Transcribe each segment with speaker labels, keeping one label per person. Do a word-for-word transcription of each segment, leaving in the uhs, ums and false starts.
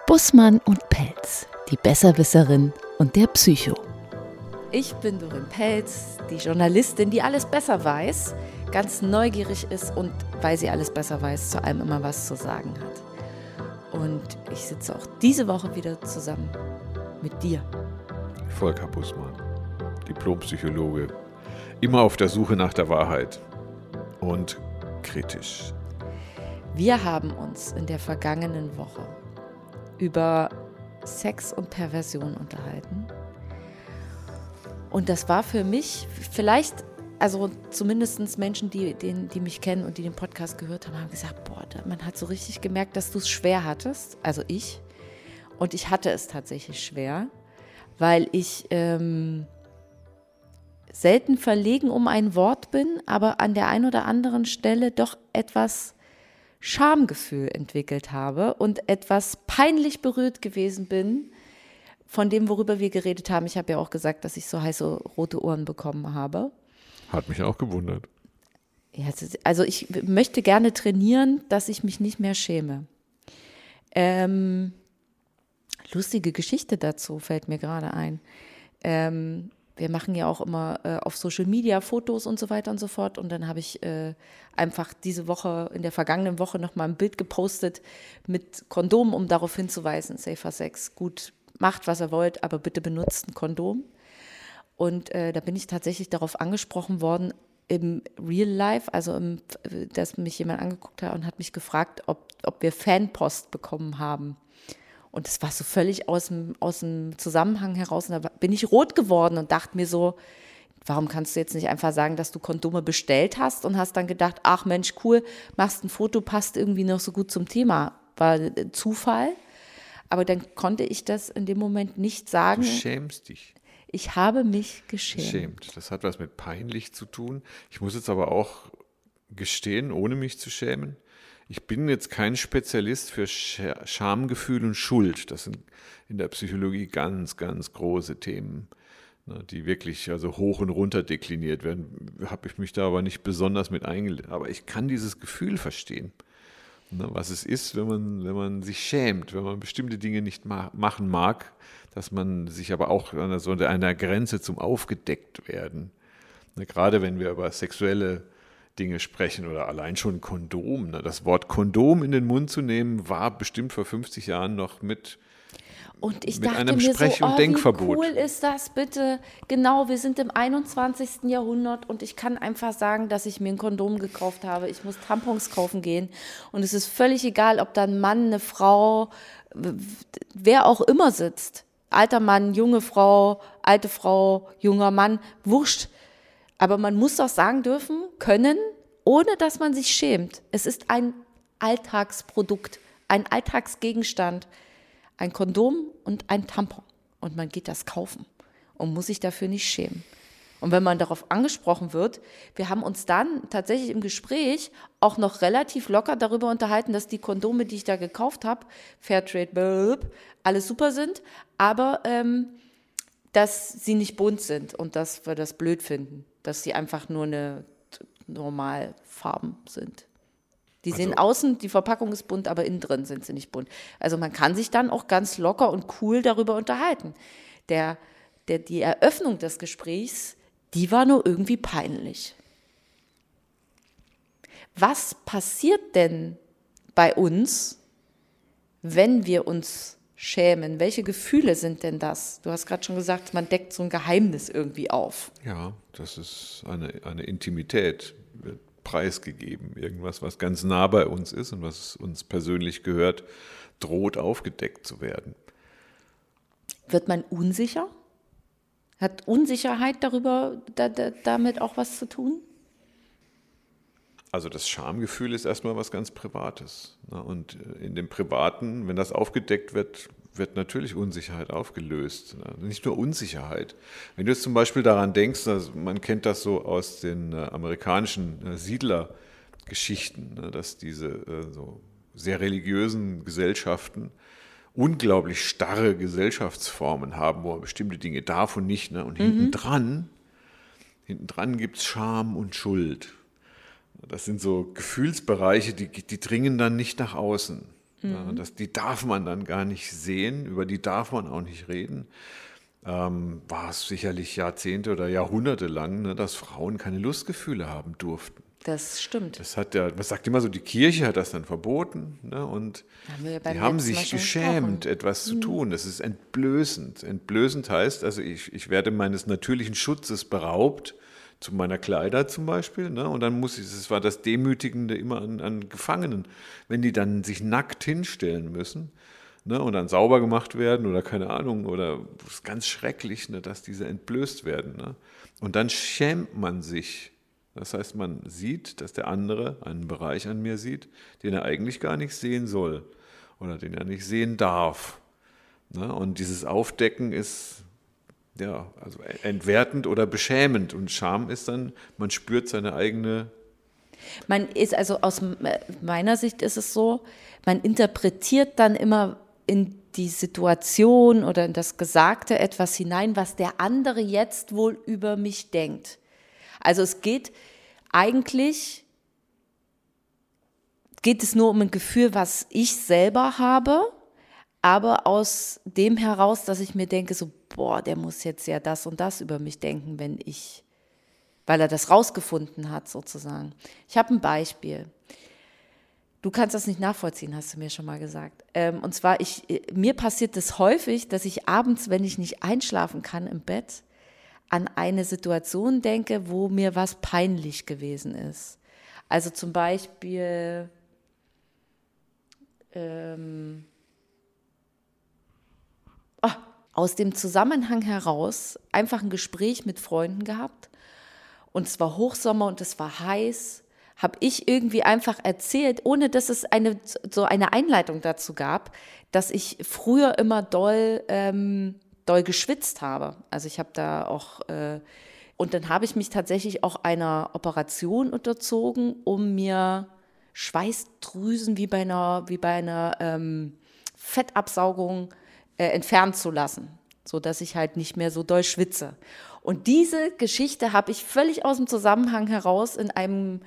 Speaker 1: Bussmann und Pelz, die Besserwisserin und der Psycho.
Speaker 2: Ich bin Doreen Pelz, die Journalistin, die alles besser weiß, ganz neugierig ist und, weil sie alles besser weiß, zu allem immer was zu sagen hat. Und ich sitze auch diese Woche wieder zusammen mit dir.
Speaker 3: Volker Bussmann, Diplompsychologe, immer auf der Suche nach der Wahrheit und kritisch.
Speaker 2: Wir haben uns in der vergangenen Woche über Sex und Perversion unterhalten. Und das war für mich vielleicht, also zumindest Menschen, die, die, die mich kennen und die den Podcast gehört haben, haben gesagt, boah, man hat so richtig gemerkt, dass du es schwer hattest, also ich. Und ich hatte es tatsächlich schwer, weil ich ähm, selten verlegen um ein Wort bin, aber an der einen oder anderen Stelle doch etwas Schamgefühl entwickelt habe und etwas peinlich berührt gewesen bin von dem, worüber wir geredet haben. Ich habe ja auch gesagt, dass ich so heiße rote Ohren bekommen habe.
Speaker 3: Hat mich auch gewundert.
Speaker 2: Ja, also ich möchte gerne trainieren, dass ich mich nicht mehr schäme. Ähm, lustige Geschichte dazu fällt mir gerade ein. Ähm, wir machen ja auch immer äh, auf Social Media Fotos und so weiter und so fort. Und dann habe ich äh, einfach diese Woche, in der vergangenen Woche nochmal ein Bild gepostet mit Kondom, um darauf hinzuweisen, Safer Sex, gut, macht, was ihr wollt, aber bitte benutzt ein Kondom. Und äh, da bin ich tatsächlich darauf angesprochen worden im Real Life, also im, dass mich jemand angeguckt hat und hat mich gefragt, ob, ob wir Fanpost bekommen haben. Und das war so völlig aus dem, aus dem Zusammenhang heraus. Und da bin ich rot geworden und dachte mir so, warum kannst du jetzt nicht einfach sagen, dass du Kondome bestellt hast und hast dann gedacht, ach Mensch, cool, machst ein Foto, passt irgendwie noch so gut zum Thema. War Zufall. Aber dann konnte ich das in dem Moment nicht sagen.
Speaker 3: Du schämst dich.
Speaker 2: Ich habe mich geschämt.
Speaker 3: Geschämt. Das hat was mit peinlich zu tun. Ich muss jetzt aber auch gestehen, ohne mich zu schämen, ich bin jetzt kein Spezialist für Schamgefühl und Schuld. Das sind in der Psychologie ganz, ganz große Themen, die wirklich also hoch und runter dekliniert werden. Habe ich mich da aber nicht besonders mit eingeladen. Aber ich kann dieses Gefühl verstehen, was es ist, wenn man, wenn man sich schämt, wenn man bestimmte Dinge nicht ma- machen mag, dass man sich aber auch an so einer Grenze zum Aufgedeckt werden. Gerade wenn wir über sexuelle Dinge sprechen oder allein schon Kondom. Das Wort Kondom in den Mund zu nehmen, war bestimmt vor fünfzig Jahren noch mit,
Speaker 2: und ich
Speaker 3: mit
Speaker 2: dachte
Speaker 3: einem
Speaker 2: mir
Speaker 3: Sprech-
Speaker 2: so,
Speaker 3: und
Speaker 2: oh,
Speaker 3: Denkverbot.
Speaker 2: Wie cool ist das bitte? Genau, wir sind im einundzwanzigsten Jahrhundert und ich kann einfach sagen, dass ich mir ein Kondom gekauft habe. Ich muss Tampons kaufen gehen und es ist völlig egal, ob da ein Mann, eine Frau, wer auch immer sitzt. Alter Mann, junge Frau, alte Frau, junger Mann, wurscht. Aber man muss doch sagen dürfen, können, ohne dass man sich schämt. Es ist ein Alltagsprodukt, ein Alltagsgegenstand, ein Kondom und ein Tampon. Und man geht das kaufen und muss sich dafür nicht schämen. Und wenn man darauf angesprochen wird, wir haben uns dann tatsächlich im Gespräch auch noch relativ locker darüber unterhalten, dass die Kondome, die ich da gekauft habe, Fairtrade, alles super sind, aber ähm, dass sie nicht bunt sind und dass wir das blöd finden, dass sie einfach nur eine Normalfarben sind. Die
Speaker 3: Also,
Speaker 2: sehen außen, die Verpackung ist bunt, aber innen drin sind sie nicht bunt. Also man kann sich dann auch ganz locker und cool darüber unterhalten. Der, der, die Eröffnung des Gesprächs, die war nur irgendwie peinlich. Was passiert denn bei uns, wenn wir uns schämen? Welche Gefühle sind denn das? Du hast gerade schon gesagt, man deckt so ein Geheimnis irgendwie auf.
Speaker 3: Ja, das ist eine, eine Intimität, wird preisgegeben. Irgendwas, was ganz nah bei uns ist und was uns persönlich gehört, droht aufgedeckt zu werden.
Speaker 2: Wird man unsicher? Hat Unsicherheit darüber da, da, damit auch was zu tun?
Speaker 3: Also das Schamgefühl ist erstmal was ganz Privates. Und in dem Privaten, wenn das aufgedeckt wird, wird natürlich Unsicherheit aufgelöst. Nicht nur Unsicherheit. Wenn du jetzt zum Beispiel daran denkst, also man kennt das so aus den amerikanischen Siedlergeschichten, dass diese so sehr religiösen Gesellschaften unglaublich starre Gesellschaftsformen haben, wo man bestimmte Dinge darf und nicht. Und hinten
Speaker 2: Mhm.
Speaker 3: dran, hinten dran gibt es Scham und Schuld. Das sind so Gefühlsbereiche, die, die dringen dann nicht nach außen. Mhm. Ja, das, die darf man dann gar nicht sehen, über die darf man auch nicht reden. Ähm, war es sicherlich Jahrzehnte oder Jahrhunderte lang, ne, dass Frauen keine Lustgefühle haben durften.
Speaker 2: Das stimmt.
Speaker 3: Das hat ja, man sagt immer so, die Kirche hat das dann verboten, ne, und
Speaker 2: haben wir ja
Speaker 3: die haben sich geschämt, etwas zu tun. Das ist entblößend. Entblößend heißt, also ich, ich werde meines natürlichen Schutzes beraubt, zu meiner Kleider zum Beispiel, ne, und dann muss ich, das war das Demütigende immer an, an Gefangenen, wenn die dann sich nackt hinstellen müssen, ne, und dann sauber gemacht werden oder keine Ahnung, oder das ist ganz schrecklich, ne, dass diese entblößt werden. Ne. Und dann schämt man sich. Das heißt, man sieht, dass der andere einen Bereich an mir sieht, den er eigentlich gar nicht sehen soll oder den er nicht sehen darf. Ne? Und dieses Aufdecken ist ja, also entwertend oder beschämend. Und Scham ist dann, man spürt seine eigene...
Speaker 2: Man ist, also aus meiner Sicht ist es so, man interpretiert dann immer in die Situation oder in das Gesagte etwas hinein, was der andere jetzt wohl über mich denkt. Also es geht eigentlich, geht es nur um ein Gefühl, was ich selber habe, aber aus dem heraus, dass ich mir denke, so, boah, der muss jetzt ja das und das über mich denken, wenn ich, weil er das rausgefunden hat sozusagen. Ich habe ein Beispiel. Du kannst das nicht nachvollziehen, hast du mir schon mal gesagt. Ähm, und zwar, ich, mir passiert es häufig, dass ich abends, wenn ich nicht einschlafen kann im Bett, an eine Situation denke, wo mir was peinlich gewesen ist. Also zum Beispiel ähm, oh, aus dem Zusammenhang heraus einfach ein Gespräch mit Freunden gehabt und es war Hochsommer und es war heiß, habe ich irgendwie einfach erzählt, ohne dass es eine, so eine Einleitung dazu gab, dass ich früher immer doll... Ähm, doll geschwitzt habe. Also ich habe da auch, äh, und dann habe ich mich tatsächlich auch einer Operation unterzogen, um mir Schweißdrüsen wie bei einer, wie bei einer ähm, Fettabsaugung äh, entfernen zu lassen, sodass ich halt nicht mehr so doll schwitze. Und diese Geschichte habe ich völlig aus dem Zusammenhang heraus in einem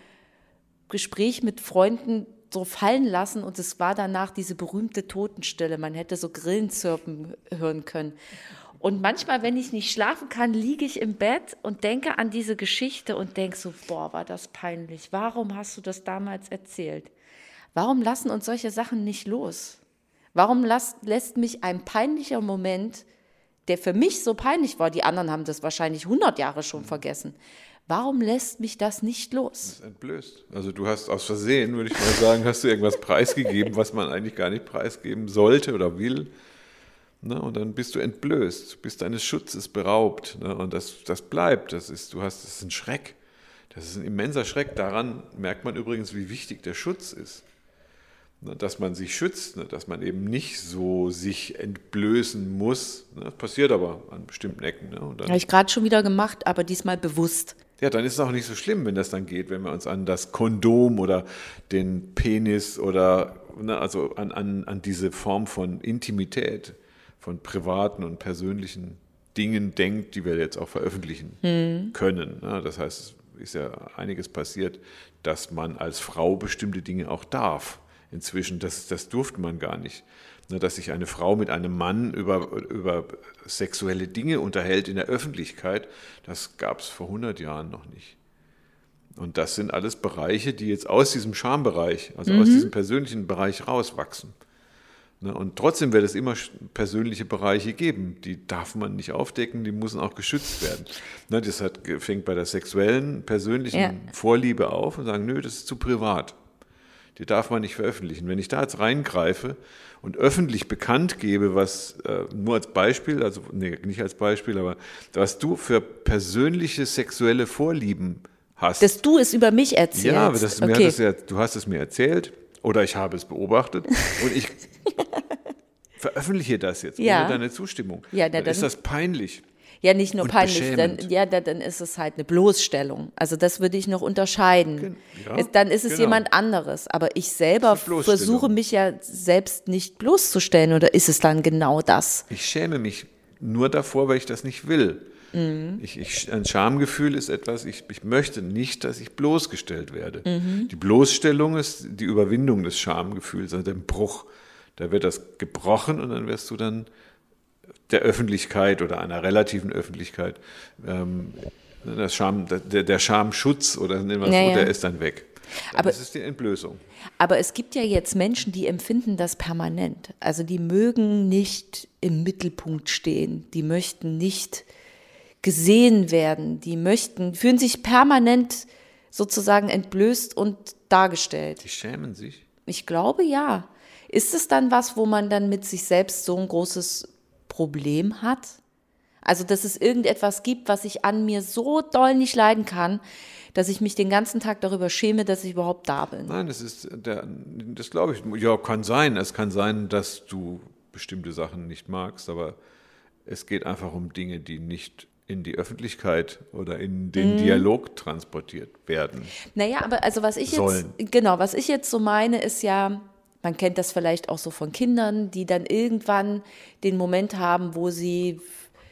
Speaker 2: Gespräch mit Freunden so fallen lassen und es war danach diese berühmte Totenstille. Man hätte so Grillen zirpen hören können. Und manchmal, wenn ich nicht schlafen kann, liege ich im Bett und denke an diese Geschichte und denke so, boah, war das peinlich. Warum hast du das damals erzählt? Warum lassen uns solche Sachen nicht los? Warum las, lässt mich ein peinlicher Moment, der für mich so peinlich war, die anderen haben das wahrscheinlich hundert Jahre schon vergessen, warum lässt mich das nicht los?
Speaker 3: Das ist entblößt. Also du hast aus Versehen, würde ich mal sagen, hast du irgendwas preisgegeben, was man eigentlich gar nicht preisgeben sollte oder will. Ne? Und dann bist du entblößt, bist deines Schutzes beraubt. Ne? Und das, das bleibt. Das ist, du hast, das ist ein Schreck. Das ist ein immenser Schreck. Daran merkt man übrigens, wie wichtig der Schutz ist. Ne? Dass man sich schützt, ne? Dass man eben nicht so sich entblößen muss. Ne? Das passiert aber an bestimmten Ecken. Ne?
Speaker 2: Habe ich gerade schon wieder gemacht, aber diesmal bewusst.
Speaker 3: Ja, dann ist es auch nicht so schlimm, wenn das dann geht, wenn wir uns an das Kondom oder den Penis oder ne, also an, an, an diese Form von Intimität, von privaten und persönlichen Dingen denkt, die wir jetzt auch veröffentlichen hm. können. Ne? Das heißt, es ist ja einiges passiert, dass man als Frau bestimmte Dinge auch darf. Inzwischen, das, das durfte man gar nicht. Ne, dass sich eine Frau mit einem Mann über, über sexuelle Dinge unterhält in der Öffentlichkeit, das gab es vor hundert Jahren noch nicht. Und das sind alles Bereiche, die jetzt aus diesem Schambereich, also mhm. aus diesem persönlichen Bereich rauswachsen. Ne, und trotzdem wird es immer persönliche Bereiche geben, die darf man nicht aufdecken, die müssen auch geschützt werden. Ne, das hat, fängt bei der sexuellen, persönlichen ja. Vorliebe auf und sagen, nö, das ist zu privat. Die darf man nicht veröffentlichen. Wenn ich da jetzt reingreife und öffentlich bekannt gebe, was äh, nur als Beispiel, also nee, nicht als Beispiel, aber was du für persönliche sexuelle Vorlieben hast.
Speaker 2: Dass du es über mich erzählst.
Speaker 3: Ja, das, okay. mir hat das, du hast es mir erzählt oder ich habe es beobachtet und ich veröffentliche das jetzt
Speaker 2: ja.
Speaker 3: ohne deine Zustimmung.
Speaker 2: Ja, na,
Speaker 3: dann,
Speaker 2: dann
Speaker 3: ist das peinlich.
Speaker 2: Ja, nicht nur peinlich, dann, ja, dann ist es halt eine Bloßstellung. Also das würde ich noch unterscheiden. Ja, es, dann ist es genau. jemand anderes. Aber ich selber versuche mich ja selbst nicht bloßzustellen. Oder ist es dann genau das?
Speaker 3: Ich schäme mich nur davor, weil ich das nicht will. Mhm. Ich, ich, ein Schamgefühl ist etwas, ich, ich möchte nicht, dass ich bloßgestellt werde. Mhm. Die Bloßstellung ist die Überwindung des Schamgefühls, also der Bruch. Da wird das gebrochen und dann wirst du dann der Öffentlichkeit oder einer relativen Öffentlichkeit, ähm, das Scham, der, der Schamschutz oder nennen wir es
Speaker 2: ja,
Speaker 3: so,
Speaker 2: ja.
Speaker 3: der ist dann weg.
Speaker 2: Aber,
Speaker 3: das ist die Entblößung.
Speaker 2: Aber es gibt ja jetzt Menschen, die empfinden das permanent. Also die mögen nicht im Mittelpunkt stehen, die möchten nicht gesehen werden, die möchten, fühlen sich permanent sozusagen entblößt und dargestellt.
Speaker 3: Die schämen sich?
Speaker 2: Ich glaube, ja. Ist es dann was, wo man dann mit sich selbst so ein großes Problem hat? Also, dass es irgendetwas gibt, was ich an mir so doll nicht leiden kann, dass ich mich den ganzen Tag darüber schäme, dass ich überhaupt da bin.
Speaker 3: Nein, das ist, der, das glaube ich, ja, kann sein. Es kann sein, dass du bestimmte Sachen nicht magst, aber es geht einfach um Dinge, die nicht in die Öffentlichkeit oder in den mm. Dialog transportiert werden.
Speaker 2: Naja, aber also was ich
Speaker 3: sollen.
Speaker 2: jetzt, genau, was ich jetzt so meine, ist ja, man kennt das vielleicht auch so von Kindern, die dann irgendwann den Moment haben, wo sie,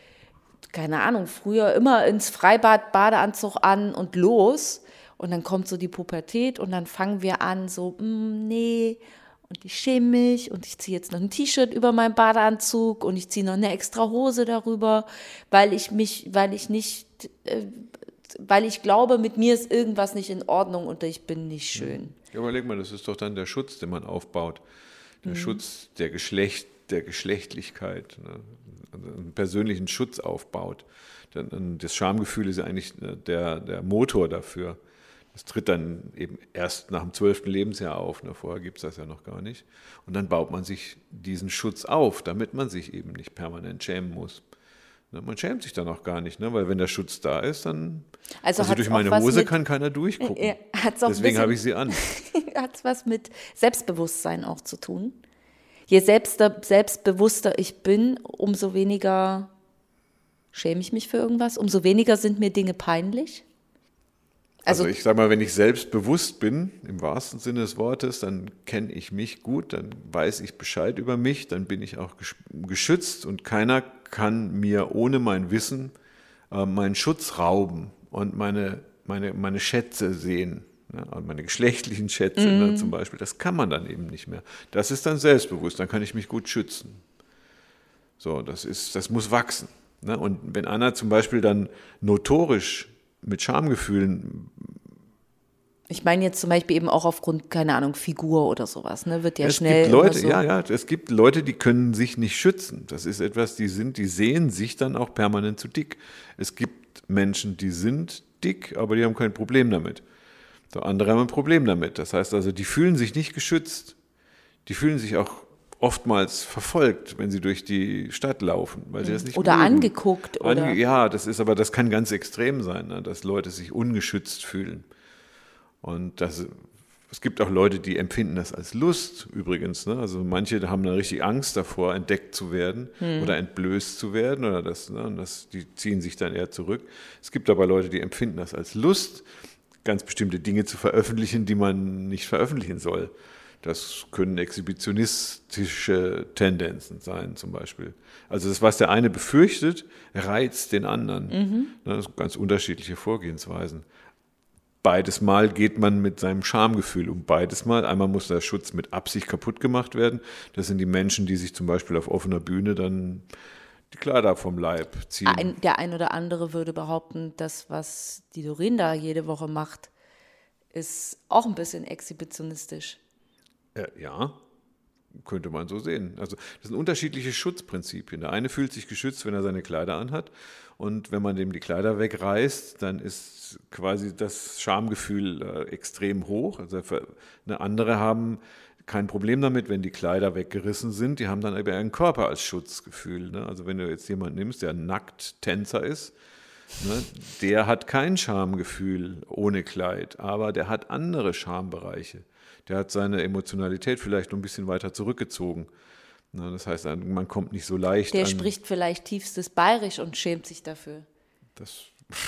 Speaker 2: keine Ahnung, früher immer ins Freibad, Badeanzug an und los. Und dann kommt so die Pubertät und dann fangen wir an so, mm, nee, und ich schäme mich und ich ziehe jetzt noch ein T-Shirt über meinen Badeanzug und ich ziehe noch eine extra Hose darüber, weil ich mich, weil ich nicht, äh, weil ich glaube, mit mir ist irgendwas nicht in Ordnung und ich bin nicht schön.
Speaker 3: Ja, überleg mal, das ist doch dann der Schutz, den man aufbaut. Der mhm. Schutz der Geschlecht, der Geschlechtlichkeit, ne? Also einen persönlichen Schutz aufbaut. Das Schamgefühl ist ja eigentlich der, der Motor dafür. Das tritt dann eben erst nach dem zwölften Lebensjahr auf. Ne? Vorher gibt es das ja noch gar nicht. Und dann baut man sich diesen Schutz auf, damit man sich eben nicht permanent schämen muss. Ne? Man schämt sich dann auch gar nicht, ne? Weil wenn der Schutz da ist, dann
Speaker 2: also,
Speaker 3: also durch meine Hose mit, kann keiner durchgucken. Äh, Deswegen habe ich sie an.
Speaker 2: Hat es was mit Selbstbewusstsein auch zu tun? Je selbster, selbstbewusster ich bin, umso weniger schäme ich mich für irgendwas, umso weniger sind mir Dinge peinlich.
Speaker 3: Also, also ich sage mal, wenn ich selbstbewusst bin, im wahrsten Sinne des Wortes, dann kenne ich mich gut, dann weiß ich Bescheid über mich, dann bin ich auch geschützt und keiner kann mir ohne mein Wissen äh, meinen Schutz rauben und meine, meine, meine Schätze sehen. Ja, meine geschlechtlichen Schätze mm. ne, zum Beispiel, das kann man dann eben nicht mehr. Das ist dann selbstbewusst, dann kann ich mich gut schützen. So, das ist, das muss wachsen. Ne? Und wenn einer zum Beispiel dann notorisch mit Schamgefühlen.
Speaker 2: Ich meine jetzt zum Beispiel eben auch aufgrund, keine Ahnung, Figur oder sowas, ne, wird ja
Speaker 3: es
Speaker 2: schnell.
Speaker 3: Gibt Leute,
Speaker 2: so
Speaker 3: ja, ja, es gibt Leute, die können sich nicht schützen. Das ist etwas, die sind, die sehen sich dann auch permanent zu dick. Es gibt Menschen, die sind dick, aber die haben kein Problem damit. So, andere haben ein Problem damit. Das heißt also, die fühlen sich nicht geschützt. Die fühlen sich auch oftmals verfolgt, wenn sie durch die Stadt laufen, weil sie das nicht
Speaker 2: oder
Speaker 3: mögen.
Speaker 2: angeguckt oder
Speaker 3: Ange- ja, das ist aber das kann ganz extrem sein, ne, dass Leute sich ungeschützt fühlen. Und das, es gibt auch Leute, die empfinden das als Lust übrigens. Ne? Also manche haben da richtig Angst davor, entdeckt zu werden hm. oder entblößt zu werden oder das, ne, und das, die ziehen sich dann eher zurück. Es gibt aber Leute, die empfinden das als Lust, ganz bestimmte Dinge zu veröffentlichen, die man nicht veröffentlichen soll. Das können exhibitionistische Tendenzen sein zum Beispiel. Also das, was der eine befürchtet, reizt den anderen. Mhm. Das sind ganz unterschiedliche Vorgehensweisen. Beides Mal geht man mit seinem Schamgefühl um. Beides Mal. Einmal muss der Schutz mit Absicht kaputt gemacht werden. Das sind die Menschen, die sich zum Beispiel auf offener Bühne dann die Kleider vom Leib ziehen.
Speaker 2: Ein, der ein oder andere würde behaupten, das, was die Doreen da jede Woche macht, ist auch ein bisschen exhibitionistisch.
Speaker 3: Ja, könnte man so sehen. Also das sind unterschiedliche Schutzprinzipien. Der eine fühlt sich geschützt, wenn er seine Kleider anhat. Und wenn man dem die Kleider wegreißt, dann ist quasi das Schamgefühl äh, extrem hoch. Also eine andere haben kein Problem damit, wenn die Kleider weggerissen sind. Die haben dann eben einen Körper als Schutzgefühl. Ne? Also wenn du jetzt jemanden nimmst, der nackt Tänzer ist, ne, der hat kein Schamgefühl ohne Kleid, aber der hat andere Schambereiche. Der hat seine Emotionalität vielleicht noch ein bisschen weiter zurückgezogen. Na, das heißt, man kommt nicht so leicht
Speaker 2: Der
Speaker 3: an.
Speaker 2: spricht vielleicht tiefstes Bayerisch und schämt sich dafür.
Speaker 3: Das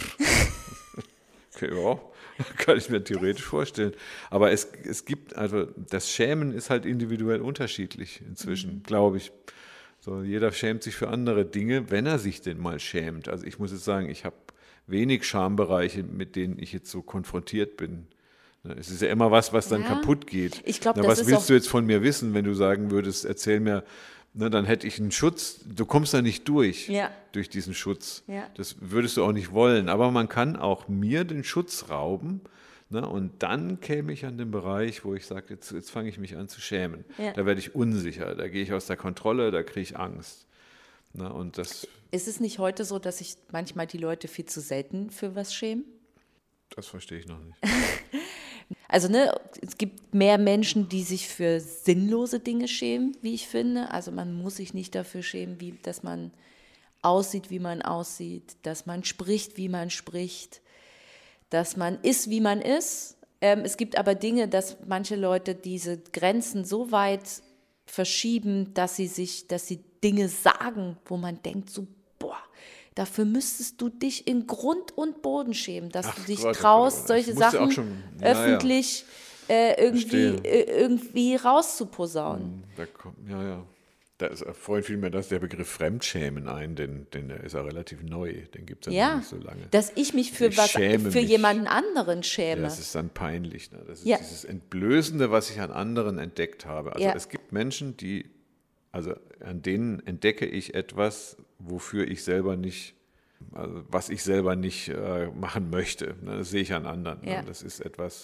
Speaker 3: okay, ja, kann ich mir theoretisch vorstellen. Aber es, es gibt, also das Schämen ist halt individuell unterschiedlich inzwischen, mhm. glaube ich. So, jeder schämt sich für andere Dinge, wenn er sich denn mal schämt. Also ich muss jetzt sagen, ich habe wenig Schambereiche, mit denen ich jetzt so konfrontiert bin. Es ist ja immer was, was dann
Speaker 2: Ja.
Speaker 3: kaputt geht.
Speaker 2: Ich glaub,
Speaker 3: Na,
Speaker 2: das
Speaker 3: was
Speaker 2: ist
Speaker 3: willst
Speaker 2: auch-
Speaker 3: du jetzt von mir wissen, wenn du sagen würdest, erzähl mir, ne, dann hätte ich einen Schutz. Du kommst da nicht durch,
Speaker 2: Ja.
Speaker 3: durch diesen Schutz.
Speaker 2: Ja.
Speaker 3: Das würdest du auch nicht wollen. Aber man kann auch mir den Schutz rauben. Ne, und dann käme ich an den Bereich, wo ich sage, jetzt, jetzt fange ich mich an zu schämen.
Speaker 2: Ja.
Speaker 3: Da werde ich unsicher, da gehe ich aus der Kontrolle, da kriege ich Angst. Ne, und das,
Speaker 2: Ist es nicht heute so, dass sich manchmal die Leute viel zu selten für was schämen?
Speaker 3: das verstehe ich noch nicht.
Speaker 2: Also ne, es gibt mehr Menschen, die sich für sinnlose Dinge schämen, wie ich finde. Also man muss sich nicht dafür schämen, wie, dass man aussieht, wie man aussieht, dass man spricht, wie man spricht, dass man ist, wie man ist. Ähm, es gibt aber Dinge, dass manche Leute diese Grenzen so weit verschieben, dass sie sich, dass sie Dinge sagen, wo man denkt, so, boah, dafür müsstest du dich in Grund und Boden schämen, dass
Speaker 3: Ach
Speaker 2: du dich
Speaker 3: Gott,
Speaker 2: traust,
Speaker 3: das
Speaker 2: solche
Speaker 3: musst du auch
Speaker 2: Sachen
Speaker 3: schon- ja, ja.
Speaker 2: öffentlich äh, irgendwie,
Speaker 3: Verstehe.
Speaker 2: äh, irgendwie rauszuposaunen.
Speaker 3: Da kommt, ja, ja. Da ist, vorhin fiel mir das der Begriff Fremdschämen ein, denn, denn der ist ja relativ neu, den gibt es ja, noch
Speaker 2: Ja,
Speaker 3: nicht so lange.
Speaker 2: dass ich mich für
Speaker 3: Ich
Speaker 2: was,
Speaker 3: schäme
Speaker 2: für
Speaker 3: mich.
Speaker 2: jemanden anderen schäme.
Speaker 3: Das ist dann peinlich. Ne? Das ist
Speaker 2: Ja.
Speaker 3: dieses Entblößende, was ich an anderen entdeckt habe. Also
Speaker 2: Ja.
Speaker 3: es gibt Menschen, die, also an denen entdecke ich etwas, wofür ich selber nicht, also was ich selber nicht äh, machen möchte. Ne? Das sehe ich an anderen.
Speaker 2: Ja.
Speaker 3: Ne? Das ist etwas,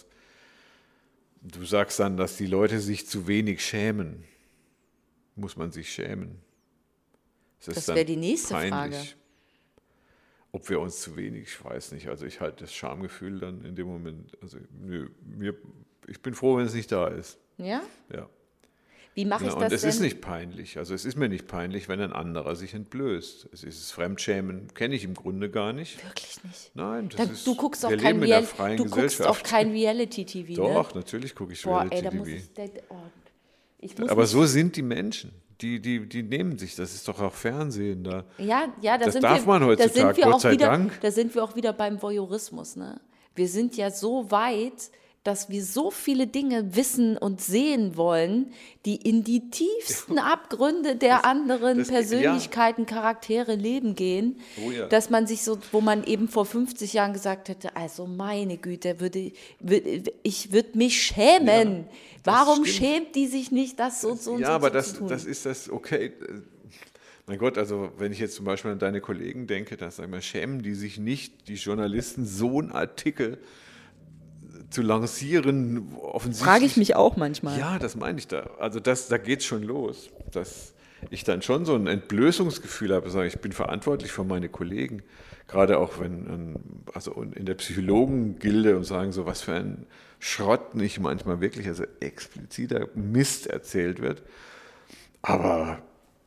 Speaker 3: du sagst dann, dass die Leute sich zu wenig schämen. Muss man sich schämen? Es ist
Speaker 2: Das
Speaker 3: dann
Speaker 2: wäre die nächste
Speaker 3: peinlich.
Speaker 2: Frage.
Speaker 3: Ob wir uns zu wenig, ich weiß nicht. Also ich halte das Schamgefühl dann in dem Moment, also nö, mir, ich bin froh, wenn es nicht da ist.
Speaker 2: Ja?
Speaker 3: Ja.
Speaker 2: Wie mache ich
Speaker 3: Ja,
Speaker 2: das
Speaker 3: und es
Speaker 2: denn?
Speaker 3: ist nicht peinlich. Also es ist mir nicht peinlich, wenn ein anderer sich entblößt. Es ist das Fremdschämen, kenne ich im Grunde gar nicht.
Speaker 2: Wirklich nicht.
Speaker 3: Nein, das
Speaker 2: Da,
Speaker 3: ist,
Speaker 2: du guckst auch
Speaker 3: wir
Speaker 2: kein
Speaker 3: leben in der
Speaker 2: Real,
Speaker 3: freien
Speaker 2: du guckst
Speaker 3: Gesellschaft.
Speaker 2: auch kein Reality-T V,
Speaker 3: Doch,
Speaker 2: ne?
Speaker 3: natürlich gucke ich
Speaker 2: Boah, ey, da
Speaker 3: Reality-T
Speaker 2: muss
Speaker 3: V.
Speaker 2: ich, da, oh, ich muss
Speaker 3: Aber
Speaker 2: mich,
Speaker 3: so sind die Menschen. Die, die, die nehmen sich, das ist doch auch Fernsehen da.
Speaker 2: ja, ja, da
Speaker 3: das
Speaker 2: sind
Speaker 3: darf
Speaker 2: wir,
Speaker 3: man
Speaker 2: da
Speaker 3: heutzutage,
Speaker 2: sind wir
Speaker 3: Gott
Speaker 2: auch
Speaker 3: sei
Speaker 2: wieder,
Speaker 3: Dank.
Speaker 2: Da sind wir auch wieder beim Voyeurismus, ne? Wir sind ja so weit, dass wir so viele Dinge wissen und sehen wollen, die in die tiefsten Abgründe der anderen
Speaker 3: das-
Speaker 2: Persönlichkeiten, Charaktere, Leben gehen,
Speaker 3: Oh ja.
Speaker 2: dass man sich so, wo man eben vor fünfzig Jahren gesagt hätte, also meine Güte, würde, würde, ich würde mich schämen. Warum
Speaker 3: stimmt.
Speaker 2: schämt die sich nicht, das so, so und
Speaker 3: Ja,
Speaker 2: so
Speaker 3: aber
Speaker 2: zu
Speaker 3: das,
Speaker 2: tun?
Speaker 3: das ist das, okay. Mein Gott, also wenn ich jetzt zum Beispiel an deine Kollegen denke, dann sag ich mal, schämen die sich nicht, die Journalisten, so einen Artikel zu lancieren, offensichtlich.
Speaker 2: Frage ich mich auch manchmal.
Speaker 3: Ja, das meine ich da. Also das, da geht es schon los, dass ich dann schon so ein Entblößungsgefühl habe, sage ich bin verantwortlich für meine Kollegen, gerade auch wenn, ähm, also in der Psychologengilde und sagen so, was für ein Schrott nicht manchmal wirklich, also expliziter Mist erzählt wird. Aber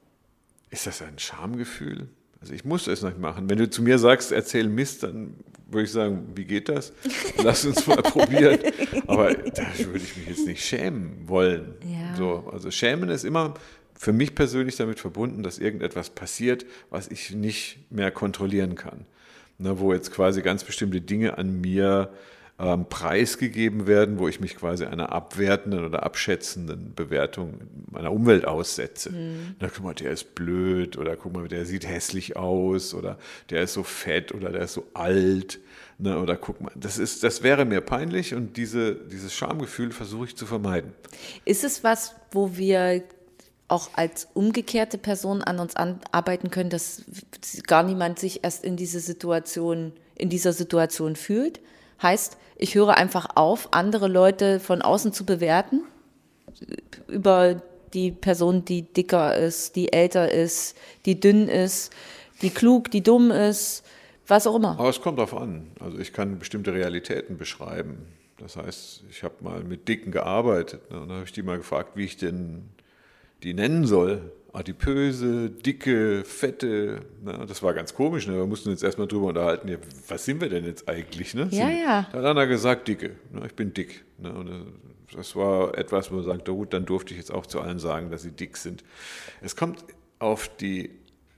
Speaker 3: ist das ein Schamgefühl? Also ich muss es nicht machen. Wenn du zu mir sagst, erzähl Mist, dann würde ich sagen, wie geht das? Lass uns mal probieren. Aber da würde ich mich jetzt nicht schämen wollen.
Speaker 2: Ja.
Speaker 3: So, also schämen ist immer für mich persönlich damit verbunden, dass irgendetwas passiert, was ich nicht mehr kontrollieren kann. Ne, wo jetzt quasi ganz bestimmte Dinge an mir ähm, preisgegeben werden, wo ich mich quasi einer abwertenden oder abschätzenden Bewertung meiner Umwelt aussetze. Mhm. Na, guck mal, der ist blöd oder guck mal, der sieht hässlich aus oder der ist so fett oder der ist so alt. Ne, oder guck mal, das, ist, das wäre mir peinlich und diese, dieses Schamgefühl versuche ich zu vermeiden.
Speaker 2: Ist es was, wo wir auch als umgekehrte Person an uns arbeiten können, dass gar niemand sich erst in diese Situation, in dieser Situation fühlt? Heißt, ich höre einfach auf, andere Leute von außen zu bewerten über die Person, die dicker ist, die älter ist, die dünn ist, die klug, die dumm ist, was auch immer.
Speaker 3: Aber es kommt darauf an. Also ich kann bestimmte Realitäten beschreiben. Das heißt, ich habe mal mit Dicken gearbeitet, ne, und da habe ich die mal gefragt, wie ich denn die nennen soll. Adipöse, dicke, fette. Ne? Das war ganz komisch. Ne? Wir mussten uns erstmal drüber unterhalten, ja, was sind wir denn jetzt eigentlich? Ne?
Speaker 2: Ja, ja.
Speaker 3: Da hat einer gesagt, dicke. Ne? Ich bin dick. Ne? Und das war etwas, wo man sagt, gut, dann durfte ich jetzt auch zu allen sagen, dass sie dick sind. Es kommt auf die,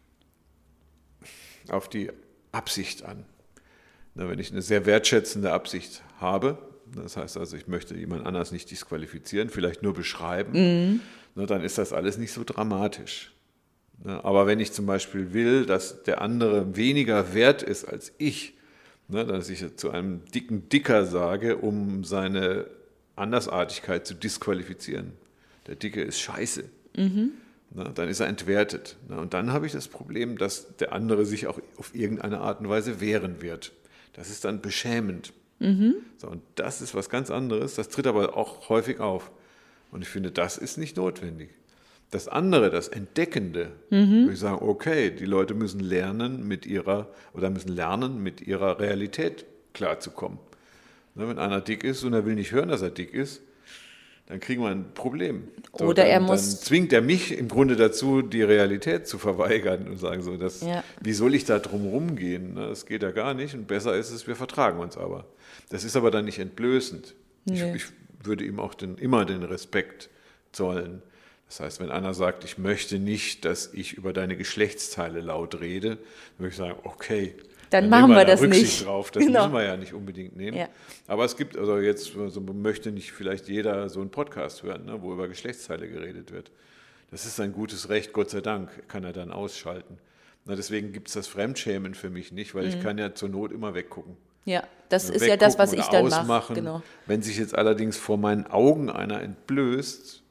Speaker 3: auf die Absicht an. Ne? Wenn ich eine sehr wertschätzende Absicht habe, das heißt also, ich möchte jemand anders nicht disqualifizieren, vielleicht nur beschreiben, mhm. ne, dann ist das alles nicht so dramatisch. Ne? Aber wenn ich zum Beispiel will, dass der andere weniger wert ist als ich, ne, dass ich zu einem dicken Dicker sage, um seine Andersartigkeit zu disqualifizieren. Der Dicke ist scheiße. Mhm. Ne, dann ist er entwertet. Ne, und dann habe ich das Problem, dass der andere sich auch auf irgendeine Art und Weise wehren wird. Das ist dann beschämend. Mhm. So, und das ist was ganz anderes. Das tritt aber auch häufig auf. Und ich finde, das ist nicht notwendig. Das andere, das Entdeckende, mhm. würde ich sagen, okay, die Leute müssen lernen, mit ihrer oder müssen lernen, mit ihrer Realität klarzukommen. Ne, wenn einer dick ist und er will nicht hören, dass er dick ist, dann kriegen wir ein Problem. So,
Speaker 2: oder
Speaker 3: dann,
Speaker 2: er muss.
Speaker 3: Dann zwingt er mich im Grunde dazu, die Realität zu verweigern und sagen so, das,
Speaker 2: ja.
Speaker 3: wie soll ich da drum rumgehen? Ne, das geht ja gar nicht und besser ist es, wir vertragen uns aber. Das ist aber dann nicht entblößend. Nee. Ich, ich würde ihm auch den, immer den Respekt zollen. Das heißt, wenn einer sagt, ich möchte nicht, dass ich über deine Geschlechtsteile laut rede, dann würde ich sagen, okay,
Speaker 2: dann, dann machen wir, wir da
Speaker 3: das Rücksicht
Speaker 2: nicht.
Speaker 3: Drauf. Das
Speaker 2: genau.
Speaker 3: müssen wir ja nicht unbedingt nehmen. Ja. Aber es gibt, also jetzt also möchte nicht vielleicht jeder so einen Podcast hören, ne, wo über Geschlechtsteile geredet wird. Das ist ein gutes Recht, Gott sei Dank, kann er dann ausschalten. Na, deswegen gibt es das Fremdschämen für mich nicht, weil mhm. ich kann ja zur Not immer weggucken.
Speaker 2: Ja, das ist ja das, was ich dann mache.
Speaker 3: Genau. Wenn sich jetzt allerdings vor meinen Augen einer entblößt,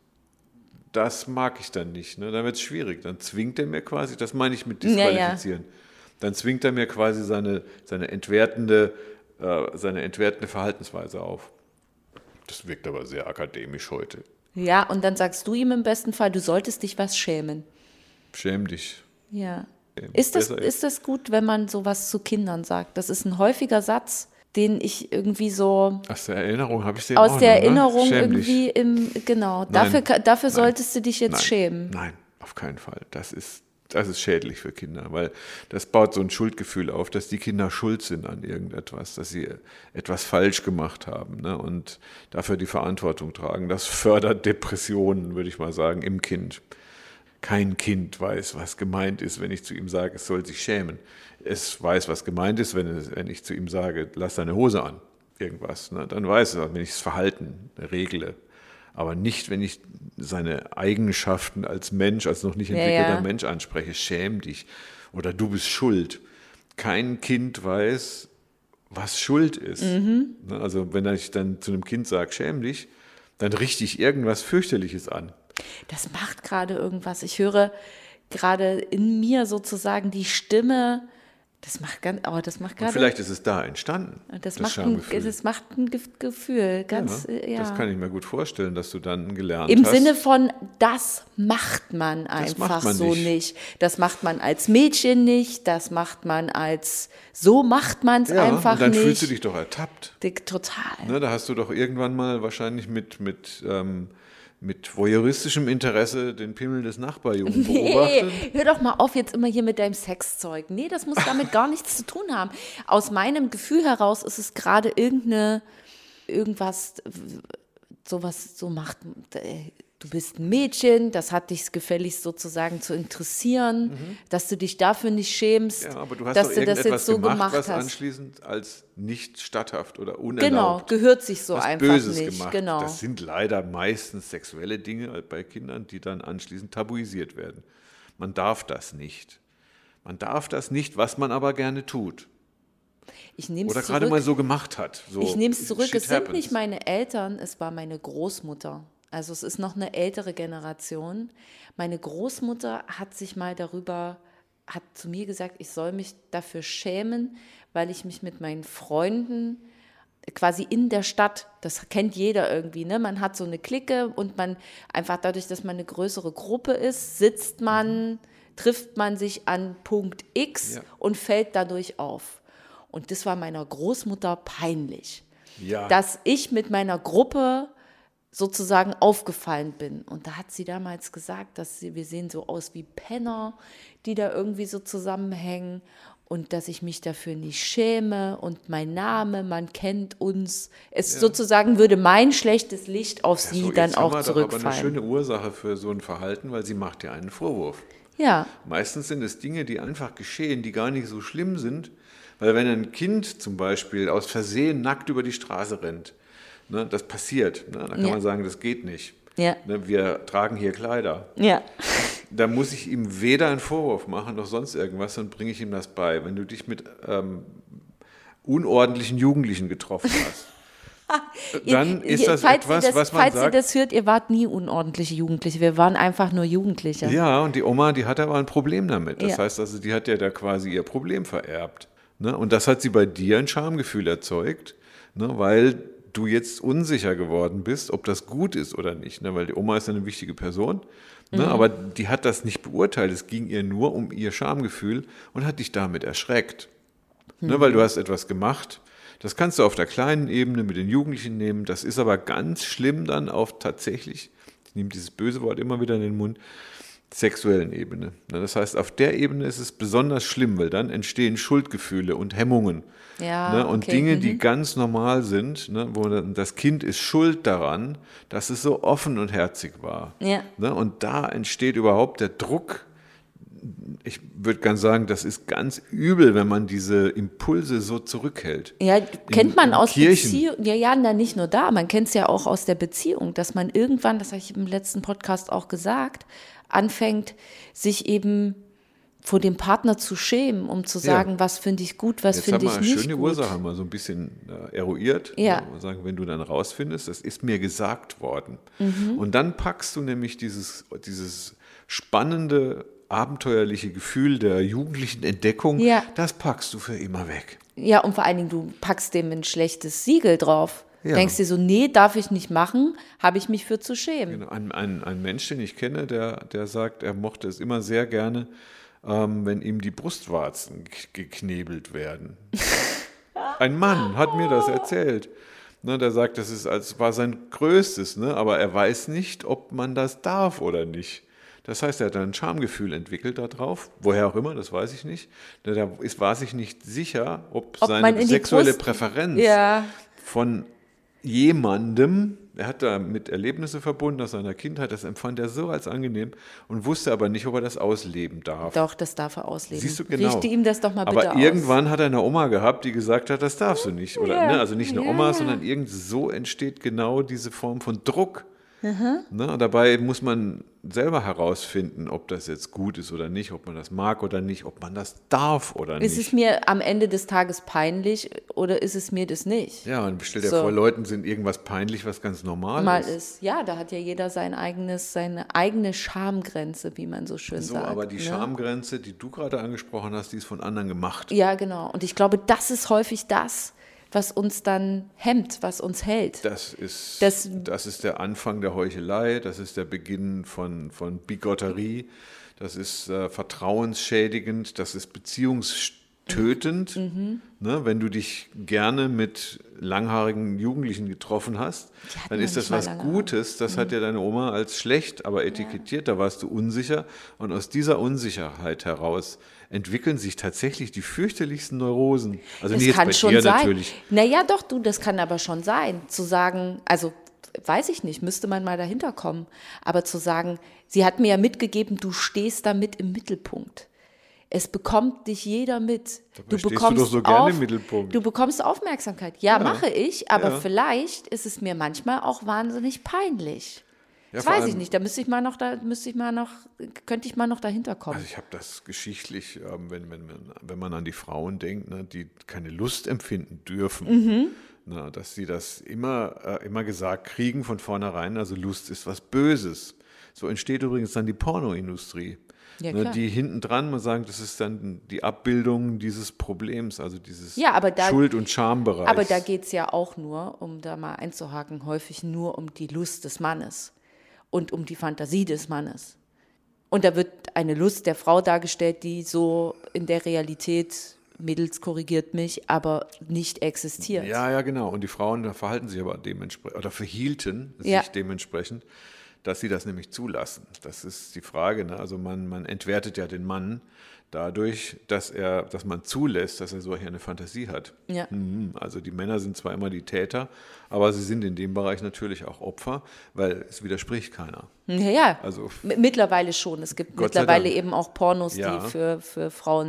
Speaker 3: das mag ich dann nicht. Ne? Dann wird es schwierig. Dann zwingt er mir quasi, das meine ich mit disqualifizieren, ja, ja. dann zwingt er mir quasi seine, seine, entwertende, äh, seine entwertende Verhaltensweise auf. Das wirkt aber sehr akademisch heute.
Speaker 2: Ja, und dann sagst du ihm im besten Fall, du solltest dich was schämen.
Speaker 3: Schäm dich.
Speaker 2: Ja. Ist das, ist das gut, wenn man sowas zu Kindern sagt? Das ist ein häufiger Satz, den ich irgendwie so
Speaker 3: aus der Erinnerung habe ich den
Speaker 2: aus
Speaker 3: auch
Speaker 2: der
Speaker 3: noch,
Speaker 2: Erinnerung
Speaker 3: ne?
Speaker 2: irgendwie im genau. Nein, dafür dafür
Speaker 3: nein,
Speaker 2: solltest du dich jetzt
Speaker 3: nein,
Speaker 2: schämen.
Speaker 3: Nein, auf keinen Fall. Das ist das ist schädlich für Kinder, weil das baut so ein Schuldgefühl auf, dass die Kinder schuld sind an irgendetwas, dass sie etwas falsch gemacht haben, ne? Und dafür die Verantwortung tragen. Das fördert Depressionen, würde ich mal sagen, im Kind. Kein Kind weiß, was gemeint ist, wenn ich zu ihm sage, es soll sich schämen. Es weiß, was gemeint ist, wenn, es, wenn ich zu ihm sage, lass deine Hose an, irgendwas. Ne? Dann weiß es, wenn ich das Verhalten regle. Aber nicht, wenn ich seine Eigenschaften als Mensch, als noch nicht entwickelter ja, ja. Mensch anspreche. Schäm dich oder du bist schuld. Kein Kind weiß, was Schuld ist. Mhm. Ne? Also wenn ich dann zu einem Kind sage, schäm dich, dann richte ich irgendwas Fürchterliches an.
Speaker 2: Das macht gerade irgendwas. Ich höre gerade in mir sozusagen die Stimme. Das macht ganz, aber das macht gerade.
Speaker 3: Und vielleicht ist es da entstanden.
Speaker 2: Das, das, macht, ein, das macht ein Gefühl. Ganz,
Speaker 3: ja,
Speaker 2: ja.
Speaker 3: Das kann ich mir gut vorstellen, dass du dann gelernt
Speaker 2: Im
Speaker 3: hast.
Speaker 2: Im Sinne von, das macht man einfach
Speaker 3: macht man
Speaker 2: so
Speaker 3: nicht.
Speaker 2: nicht. Das macht man als Mädchen nicht. Das macht man als, so macht man es
Speaker 3: ja,
Speaker 2: einfach
Speaker 3: und dann
Speaker 2: nicht.
Speaker 3: fühlst du dich doch ertappt.
Speaker 2: Dick, total.
Speaker 3: Ne, da hast du doch irgendwann mal wahrscheinlich mit, mit ähm, mit voyeuristischem Interesse den Pimmel des Nachbarjungen beobachtet.
Speaker 2: Nee, hör doch mal auf jetzt immer hier mit deinem Sexzeug. Nee, das muss damit gar nichts zu tun haben. Aus meinem Gefühl heraus ist es gerade irgendeine, irgendwas, sowas, so macht, du bist ein Mädchen, das hat dich gefälligst sozusagen zu interessieren, mhm. dass du dich dafür nicht schämst,
Speaker 3: ja, aber du hast
Speaker 2: dass
Speaker 3: doch
Speaker 2: du das jetzt so
Speaker 3: gemacht,
Speaker 2: gemacht
Speaker 3: was
Speaker 2: hast.
Speaker 3: Anschließend als nicht statthaft oder unerlaubt.
Speaker 2: Genau, gehört sich so
Speaker 3: was
Speaker 2: einfach
Speaker 3: Böses
Speaker 2: nicht.
Speaker 3: Gemacht.
Speaker 2: Genau.
Speaker 3: Das sind leider meistens sexuelle Dinge bei Kindern, die dann anschließend tabuisiert werden. Man darf das nicht. Man darf das nicht, was man aber gerne tut.
Speaker 2: Ich nehme es
Speaker 3: Oder
Speaker 2: zurück.
Speaker 3: gerade mal so gemacht hat. So,
Speaker 2: ich nehme es zurück.
Speaker 3: Shit
Speaker 2: Es sind
Speaker 3: happens.
Speaker 2: nicht meine Eltern, es war meine Großmutter. Also es ist noch eine ältere Generation. Meine Großmutter hat sich mal darüber, hat zu mir gesagt, ich soll mich dafür schämen, weil ich mich mit meinen Freunden quasi in der Stadt, das kennt jeder irgendwie, ne? Man hat so eine Clique und man einfach dadurch, dass man eine größere Gruppe ist, sitzt man, trifft man sich an Punkt X ja. und fällt dadurch auf. Und das war meiner Großmutter peinlich,
Speaker 3: ja.
Speaker 2: dass ich mit meiner Gruppe sozusagen aufgefallen bin. Und da hat sie damals gesagt, dass sie, wir sehen so aus wie Penner, die da irgendwie so zusammenhängen und dass ich mich dafür nicht schäme und mein Name, man kennt uns. Es
Speaker 3: ja.
Speaker 2: sozusagen würde mein schlechtes Licht auf
Speaker 3: ja,
Speaker 2: sie
Speaker 3: so,
Speaker 2: dann
Speaker 3: jetzt
Speaker 2: auch
Speaker 3: haben wir
Speaker 2: zurückfallen.
Speaker 3: Das ist aber eine schöne Ursache für so ein Verhalten, weil sie macht dir einen Vorwurf.
Speaker 2: Ja.
Speaker 3: Meistens sind es Dinge, die einfach geschehen, die gar nicht so schlimm sind, weil wenn ein Kind zum Beispiel aus Versehen nackt über die Straße rennt, ne, das passiert, ne, dann kann
Speaker 2: ja.
Speaker 3: man sagen, das geht nicht.
Speaker 2: Ja.
Speaker 3: Ne, wir tragen hier Kleider.
Speaker 2: Ja.
Speaker 3: da muss ich ihm weder einen Vorwurf machen noch sonst irgendwas, dann bringe ich ihm das bei. Wenn du dich mit ähm, unordentlichen Jugendlichen getroffen hast, dann ist das
Speaker 2: falls
Speaker 3: etwas,
Speaker 2: das,
Speaker 3: was man
Speaker 2: falls
Speaker 3: sagt.
Speaker 2: Falls ihr das hört, ihr wart nie unordentliche Jugendliche, wir waren einfach nur Jugendliche.
Speaker 3: Ja, und die Oma, die hatte aber ein Problem damit. Das
Speaker 2: ja.
Speaker 3: heißt also, die hat ja da quasi ihr Problem vererbt. Ne? Und das hat sie bei dir ein Schamgefühl erzeugt, ne? Weil du jetzt unsicher geworden bist, ob das gut ist oder nicht. Ne? Weil die Oma ist eine wichtige Person, ne?
Speaker 2: Mhm.
Speaker 3: Aber die hat das nicht beurteilt. Es ging ihr nur um ihr Schamgefühl und hat dich damit erschreckt. Mhm. Ne? Weil du hast etwas gemacht. Das kannst du auf der kleinen Ebene mit den Jugendlichen nehmen. Das ist aber ganz schlimm dann auf tatsächlich, ich nehme dieses böse Wort immer wieder in den Mund, sexuellen Ebene. Das heißt, auf der Ebene ist es besonders schlimm, weil dann entstehen Schuldgefühle und Hemmungen.
Speaker 2: Ja,
Speaker 3: ne? Und
Speaker 2: okay.
Speaker 3: Dinge,
Speaker 2: mhm.
Speaker 3: die ganz normal sind, ne? Wo das Kind ist schuld daran, dass es so offen und herzig war.
Speaker 2: Ja.
Speaker 3: Ne? Und da entsteht überhaupt der Druck. Ich würde ganz sagen, das ist ganz übel, wenn man diese Impulse so zurückhält.
Speaker 2: Ja, kennt man
Speaker 3: in
Speaker 2: aus
Speaker 3: Kirchen.
Speaker 2: Beziehung, ja, ja, na, nicht nur da, man kennt es ja auch aus der Beziehung, dass man irgendwann, das habe ich im letzten Podcast auch gesagt, anfängt, sich eben vor dem Partner zu schämen, um zu sagen, ja. was finde ich gut, was finde ich nicht gut.
Speaker 3: Jetzt haben wir eine schöne Ursache mal so ein bisschen äh, eruiert.
Speaker 2: Ja.
Speaker 3: Ne? Sagen, wenn du dann rausfindest, das ist mir gesagt worden.
Speaker 2: Mhm.
Speaker 3: Und dann packst du nämlich dieses, dieses spannende, abenteuerliche Gefühl der jugendlichen Entdeckung,
Speaker 2: ja.
Speaker 3: das packst du für immer weg.
Speaker 2: Ja, und vor allen Dingen, du packst dem ein schlechtes Siegel drauf.
Speaker 3: Ja.
Speaker 2: Denkst dir so, nee, darf ich nicht machen, habe ich mich für zu schämen.
Speaker 3: Genau. Ein, ein, ein Mensch, den ich kenne, der, der sagt, er mochte es immer sehr gerne, ähm, wenn ihm die Brustwarzen geknebelt werden. Ein Mann hat mir das erzählt. Ne, der sagt, das ist, als war sein Größtes, ne, aber er weiß nicht, ob man das darf oder nicht. Das heißt, er hat ein Schamgefühl entwickelt darauf, woher auch immer, das weiß ich nicht. Da ist, war sich nicht sicher, ob, ob seine sexuelle Brust, Präferenz
Speaker 2: ja.
Speaker 3: von jemandem, er hat da mit Erlebnisse verbunden aus seiner Kindheit, das empfand er so als angenehm und wusste aber nicht, ob er das ausleben darf.
Speaker 2: Doch, das darf er ausleben.
Speaker 3: Siehst du, genau.
Speaker 2: Richte ihm das doch mal bitte
Speaker 3: aber
Speaker 2: aus.
Speaker 3: Aber irgendwann hat er eine Oma gehabt, die gesagt hat, das darfst du nicht. Oder,
Speaker 2: ja.
Speaker 3: ne, also nicht eine
Speaker 2: ja,
Speaker 3: Oma,
Speaker 2: ja.
Speaker 3: sondern irgend so entsteht genau diese Form von Druck.
Speaker 2: Mhm.
Speaker 3: Ne, und dabei muss man selber herausfinden, ob das jetzt gut ist oder nicht, ob man das mag oder nicht, ob man das darf oder nicht.
Speaker 2: Ist es mir am Ende des Tages peinlich oder ist es mir das nicht?
Speaker 3: Ja, und stell dir
Speaker 2: so.
Speaker 3: vor, Leuten sind irgendwas peinlich, was ganz normal
Speaker 2: Mal
Speaker 3: ist.
Speaker 2: ist. Ja, da hat ja jeder sein eigenes, seine eigene Schamgrenze, wie man so schön
Speaker 3: so,
Speaker 2: sagt.
Speaker 3: Aber die
Speaker 2: ne?
Speaker 3: Schamgrenze, die du gerade angesprochen hast, die ist von anderen gemacht.
Speaker 2: Ja, genau. Und ich glaube, das ist häufig das, was uns dann hemmt, was uns hält.
Speaker 3: Das ist,
Speaker 2: das,
Speaker 3: das ist der Anfang der Heuchelei, das ist der Beginn von, von Bigotterie, das ist äh, vertrauensschädigend, das ist beziehungstötend. Mhm. Ne, wenn du dich gerne mit langhaarigen Jugendlichen getroffen hast, dann ist das was Gutes, das mhm. hat ja deine Oma als schlecht, aber etikettiert, ja. Da warst du unsicher und aus dieser Unsicherheit heraus entwickeln sich tatsächlich die fürchterlichsten Neurosen. Also
Speaker 2: das
Speaker 3: nicht
Speaker 2: kann
Speaker 3: jetzt bei
Speaker 2: schon
Speaker 3: dir
Speaker 2: sein.
Speaker 3: natürlich.
Speaker 2: Naja, doch, du, das kann aber schon sein. Zu sagen, also weiß ich nicht, müsste man mal dahinter kommen. Aber zu sagen, sie hat mir ja mitgegeben, du stehst damit im Mittelpunkt. Es bekommt dich jeder mit.
Speaker 3: Dabei du bekommst du doch so gerne auf, im Mittelpunkt.
Speaker 2: Du bekommst Aufmerksamkeit. Ja, ja. mache ich, aber
Speaker 3: ja.
Speaker 2: vielleicht ist es mir manchmal auch wahnsinnig peinlich. Ja, das weiß ich nicht, da müsste ich mal noch, da müsste ich mal noch, könnte ich mal noch dahinter kommen.
Speaker 3: Also ich habe das geschichtlich, wenn, wenn, wenn man an die Frauen denkt, ne, die keine Lust empfinden dürfen, mhm. ne, dass sie das immer, immer gesagt kriegen von vornherein, also Lust ist was Böses. So entsteht übrigens dann die Pornoindustrie. Ja, ne, die hinten dran, man sagt, das ist dann die Abbildung dieses Problems, also dieses
Speaker 2: ja, aber da,
Speaker 3: Schuld- und Schambereich.
Speaker 2: Aber da geht es ja auch nur, um da mal einzuhaken, häufig nur um die Lust des Mannes. Und um die Fantasie des Mannes. Und da wird eine Lust der Frau dargestellt, die so in der Realität, Mädels korrigiert mich, aber nicht existiert.
Speaker 3: Ja, ja, genau. Und die Frauen verhalten sich aber dementsprechend, oder verhielten
Speaker 2: ja.
Speaker 3: sich dementsprechend, dass sie das nämlich zulassen. Das ist die Frage. Ne? Also man, man entwertet ja den Mann dadurch, dass er, dass man zulässt, dass er solch eine Fantasie hat.
Speaker 2: Ja.
Speaker 3: Also die Männer sind zwar immer die Täter, aber sie sind in dem Bereich natürlich auch Opfer, weil es widerspricht keiner.
Speaker 2: Ja, ja.
Speaker 3: Also,
Speaker 2: mittlerweile schon. Es gibt
Speaker 3: Gott
Speaker 2: mittlerweile eben auch Pornos,
Speaker 3: ja.
Speaker 2: die für, für Frauen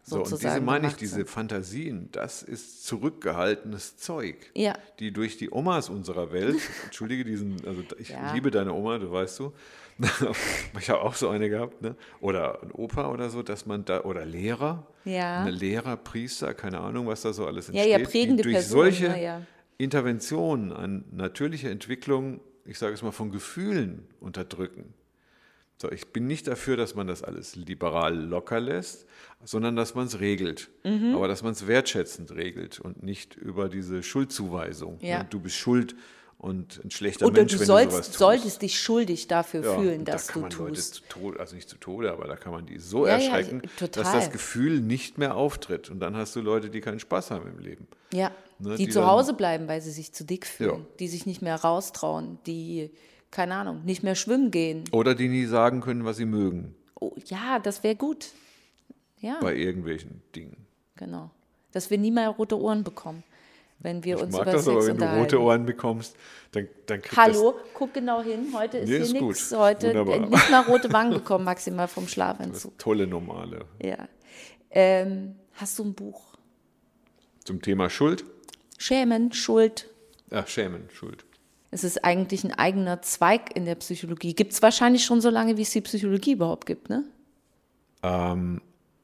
Speaker 3: So, und
Speaker 2: sozusagen
Speaker 3: diese meine ich,
Speaker 2: gemacht
Speaker 3: diese
Speaker 2: sind.
Speaker 3: Fantasien, das ist zurückgehaltenes Zeug,
Speaker 2: Ja.
Speaker 3: die durch die Omas unserer Welt, entschuldige diesen, also ich
Speaker 2: Ja.
Speaker 3: liebe deine Oma, du weißt du, ich habe auch so eine gehabt, ne? Oder ein Opa oder so, dass man da, oder Lehrer,
Speaker 2: Ja.
Speaker 3: eine Lehrer, Priester, keine Ahnung, was da so alles
Speaker 2: Ja,
Speaker 3: entsteht,
Speaker 2: ja, prägende
Speaker 3: die durch
Speaker 2: Personen,
Speaker 3: solche
Speaker 2: ja, ja.
Speaker 3: Interventionen an natürliche Entwicklung, ich sage es mal, von Gefühlen unterdrücken. So, ich bin nicht dafür, dass man das alles liberal locker lässt, sondern dass man es regelt.
Speaker 2: Mhm.
Speaker 3: Aber dass man es wertschätzend regelt und nicht über diese Schuldzuweisung.
Speaker 2: Ja.
Speaker 3: Ne? Du bist schuld und ein schlechter
Speaker 2: Oder
Speaker 3: Mensch,
Speaker 2: du
Speaker 3: wenn
Speaker 2: sollst,
Speaker 3: du sowas tust.
Speaker 2: solltest dich schuldig dafür
Speaker 3: Ja,
Speaker 2: fühlen,
Speaker 3: und
Speaker 2: dass
Speaker 3: da
Speaker 2: du
Speaker 3: kann man Leute
Speaker 2: tust.
Speaker 3: zu Tode, also nicht zu Tode, aber da kann man die so
Speaker 2: Ja, ja,
Speaker 3: erschrecken,
Speaker 2: total.
Speaker 3: dass das Gefühl nicht mehr auftritt. Und dann hast du Leute, die keinen Spaß haben im Leben.
Speaker 2: Ja,
Speaker 3: Ne,
Speaker 2: die,
Speaker 3: die
Speaker 2: zu
Speaker 3: dann-
Speaker 2: Hause bleiben, weil sie sich zu dick fühlen,
Speaker 3: Ja.
Speaker 2: die sich nicht mehr raustrauen, die, keine Ahnung, nicht mehr schwimmen gehen.
Speaker 3: Oder die nie sagen können, was sie mögen
Speaker 2: Oh, ja, das wäre gut. Ja,
Speaker 3: bei irgendwelchen Dingen.
Speaker 2: genau. Dass wir nie mehr rote Ohren bekommen, wenn wir
Speaker 3: Ich
Speaker 2: uns
Speaker 3: mag
Speaker 2: über
Speaker 3: das,
Speaker 2: Sex
Speaker 3: aber wenn du
Speaker 2: unterhalten.
Speaker 3: rote Ohren bekommst, dann, dann kriegt
Speaker 2: Hallo, guck genau hin. Heute ist
Speaker 3: Nee,
Speaker 2: hier
Speaker 3: ist gut.
Speaker 2: nichts. Heute
Speaker 3: Wunderbar.
Speaker 2: äh, nicht mal rote Wangen bekommen, maximal vom
Speaker 3: das
Speaker 2: Schlafentzug.
Speaker 3: das tolle Normale.
Speaker 2: Ja. Ähm, hast du ein Buch?
Speaker 3: Zum Thema Schuld?
Speaker 2: Schämen, Schuld.
Speaker 3: Ach, Schämen, Schuld.
Speaker 2: Es ist eigentlich ein eigener Zweig in der Psychologie. Gibt es wahrscheinlich schon so lange, wie es die Psychologie überhaupt gibt, ne?
Speaker 3: Ähm,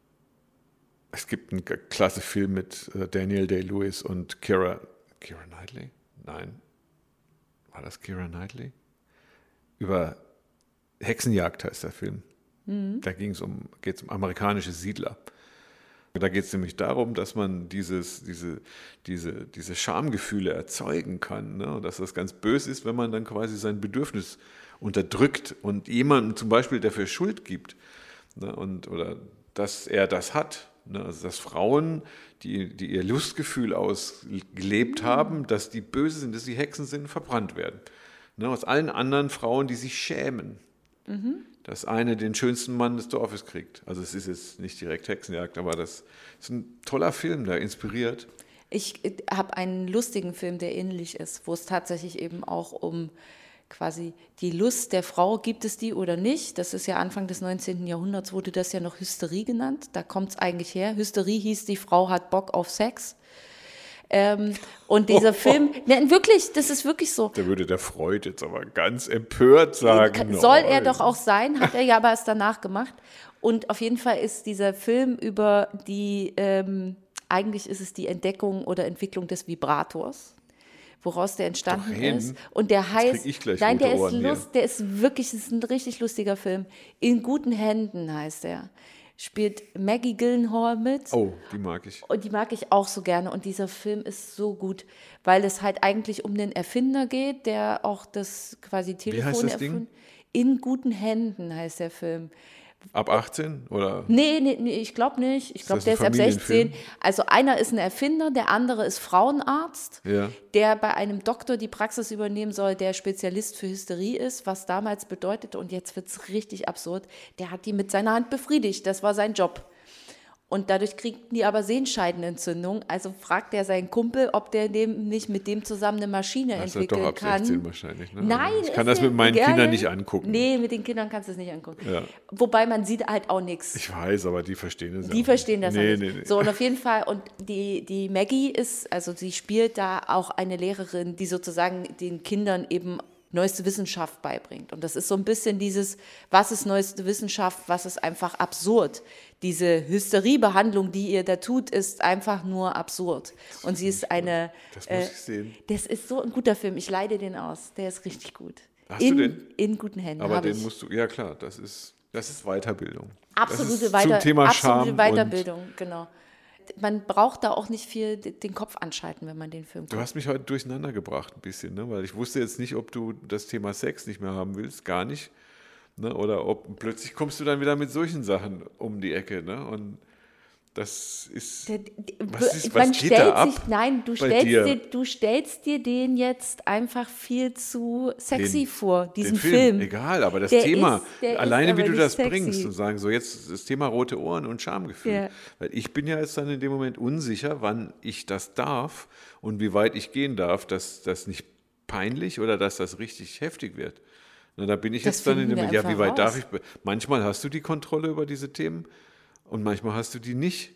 Speaker 3: es gibt einen k- klasse Film mit äh, Daniel Day-Lewis und Keira, Keira Knightley? Nein. War das Keira Knightley? Über Hexenjagd heißt der Film. Da ging es um, geht's um amerikanische Siedler. Da geht es nämlich darum, dass man dieses, diese, diese, diese Schamgefühle erzeugen kann. Ne? Und dass das ganz böse ist, wenn man dann quasi sein Bedürfnis unterdrückt und jemandem zum Beispiel dafür Schuld gibt. Ne? Und, oder dass er das hat. Ne? Also dass Frauen, die, die ihr Lustgefühl ausgelebt haben, dass die böse sind, dass sie Hexen sind, verbrannt werden. Ne? Aus allen anderen Frauen, die sich schämen. Dass eine den schönsten Mann des Dorfes kriegt. Also es ist jetzt nicht direkt Hexenjagd, aber das ist ein toller Film, der inspiriert.
Speaker 2: Ich äh, habe einen lustigen Film, der ähnlich ist, wo es tatsächlich eben auch um quasi die Lust der Frau, gibt es die oder nicht? Das ist ja Anfang des neunzehnten Jahrhunderts, wurde das ja noch Hysterie genannt. Da kommt es eigentlich her. Hysterie hieß, die Frau hat Bock auf Sex. Ähm, und dieser Film, ne, wirklich, das ist wirklich so.
Speaker 3: Da würde der Freud jetzt aber ganz empört sagen.
Speaker 2: Soll er
Speaker 3: nein.
Speaker 2: doch auch sein, hat er ja aber erst danach gemacht. Und auf jeden Fall ist dieser Film über die, ähm, eigentlich ist es die Entdeckung oder Entwicklung des Vibrators, woraus der entstanden
Speaker 3: Doch hin.
Speaker 2: ist. Und der heißt,
Speaker 3: krieg ich gleich
Speaker 2: nein, der
Speaker 3: rote
Speaker 2: ist,
Speaker 3: Ohren hier.
Speaker 2: lust, der ist wirklich, das ist ein richtig lustiger Film. In guten Händen heißt er. Spielt Maggie Gyllenhaal mit.
Speaker 3: Oh, die mag ich.
Speaker 2: Und die mag ich auch so gerne. Und dieser Film ist so gut, weil es halt eigentlich um den Erfinder geht, der auch das quasi Telefon
Speaker 3: heißt das Ding?
Speaker 2: erfunden. In guten Händen heißt der Film.
Speaker 3: Ab achtzehn? Oder?
Speaker 2: Nee, nee, nee ich glaube nicht. Ich glaube,
Speaker 3: das
Speaker 2: der
Speaker 3: ein
Speaker 2: ist ab
Speaker 3: Familienfilm?
Speaker 2: sechzehn. Also einer ist ein Erfinder, der andere ist Frauenarzt,
Speaker 3: Ja.
Speaker 2: der bei einem Doktor die Praxis übernehmen soll, der Spezialist für Hysterie ist, was damals bedeutete, und jetzt wird es richtig absurd, der hat die mit seiner Hand befriedigt. Das war sein Job. Und dadurch kriegten die aber Sehenscheidenentzündung. Also fragt er seinen Kumpel, ob der dem nicht mit dem zusammen eine Maschine
Speaker 3: Das ist ja
Speaker 2: entwickeln
Speaker 3: doch ab
Speaker 2: kann.
Speaker 3: sechzehn wahrscheinlich. Ne?
Speaker 2: Nein,
Speaker 3: Ich kann
Speaker 2: ist
Speaker 3: das
Speaker 2: ja
Speaker 3: mit meinen
Speaker 2: gerne.
Speaker 3: Kindern nicht angucken.
Speaker 2: Nee, mit den Kindern kannst du es nicht angucken.
Speaker 3: Ja.
Speaker 2: Wobei man sieht halt auch nichts.
Speaker 3: Ich weiß, aber die verstehen das ja
Speaker 2: Die
Speaker 3: auch
Speaker 2: verstehen das
Speaker 3: nicht.
Speaker 2: ja
Speaker 3: nee,
Speaker 2: nicht.
Speaker 3: Nee, nee.
Speaker 2: So, und auf jeden Fall, und die, die Maggie ist, also sie spielt da auch eine Lehrerin, die sozusagen den Kindern eben neueste Wissenschaft beibringt. Und das ist so ein bisschen dieses, was ist neueste Wissenschaft, was ist einfach absurd. Diese Hysteriebehandlung, die ihr da tut, ist einfach nur absurd. Und sie ist eine...
Speaker 3: Das muss ich sehen.
Speaker 2: Das ist so ein guter Film, ich leide den aus, der ist richtig gut.
Speaker 3: Hast
Speaker 2: in,
Speaker 3: du den?
Speaker 2: In guten Händen
Speaker 3: Aber
Speaker 2: habe
Speaker 3: den
Speaker 2: ich.
Speaker 3: musst du, ja klar, das ist, das ist Weiterbildung.
Speaker 2: Absolute,
Speaker 3: das ist
Speaker 2: Weiter,
Speaker 3: zum Thema
Speaker 2: absolute
Speaker 3: Scham
Speaker 2: Weiterbildung, genau. Man braucht da auch nicht viel den Kopf anschalten, wenn man den Film guckt.
Speaker 3: Du hast mich heute durcheinander gebracht ein bisschen, ne? Weil ich wusste jetzt nicht, ob du das Thema Sex nicht mehr haben willst, gar nicht. Ne? Oder ob plötzlich kommst du dann wieder mit solchen Sachen um die Ecke. Ne? Und das ist,
Speaker 2: Der- der-
Speaker 3: was ist,
Speaker 2: man
Speaker 3: was geht
Speaker 2: stellt
Speaker 3: da ab?
Speaker 2: sich, nein, du
Speaker 3: bei
Speaker 2: stellst,
Speaker 3: dir?
Speaker 2: dir, du stellst dir den jetzt einfach viel zu sexy
Speaker 3: Den-
Speaker 2: vor, diesen
Speaker 3: Den
Speaker 2: Film.
Speaker 3: Egal, aber das
Speaker 2: Der
Speaker 3: Thema,
Speaker 2: ist- der ist
Speaker 3: alleine wie
Speaker 2: aber
Speaker 3: du
Speaker 2: nicht
Speaker 3: das
Speaker 2: sexy.
Speaker 3: bringst und sagen, so jetzt das Thema rote Ohren und Schamgefühl.
Speaker 2: Ja.
Speaker 3: Weil ich bin ja jetzt dann in dem Moment unsicher, wann ich das darf und wie weit ich gehen darf, dass das nicht peinlich oder dass das richtig heftig wird. Na, da bin ich
Speaker 2: Das
Speaker 3: jetzt dann in
Speaker 2: finden
Speaker 3: dem
Speaker 2: wir
Speaker 3: Moment, ja, wie
Speaker 2: einfach
Speaker 3: weit darf
Speaker 2: raus.
Speaker 3: ich, be- manchmal hast du die Kontrolle über diese Themen und manchmal hast du die nicht.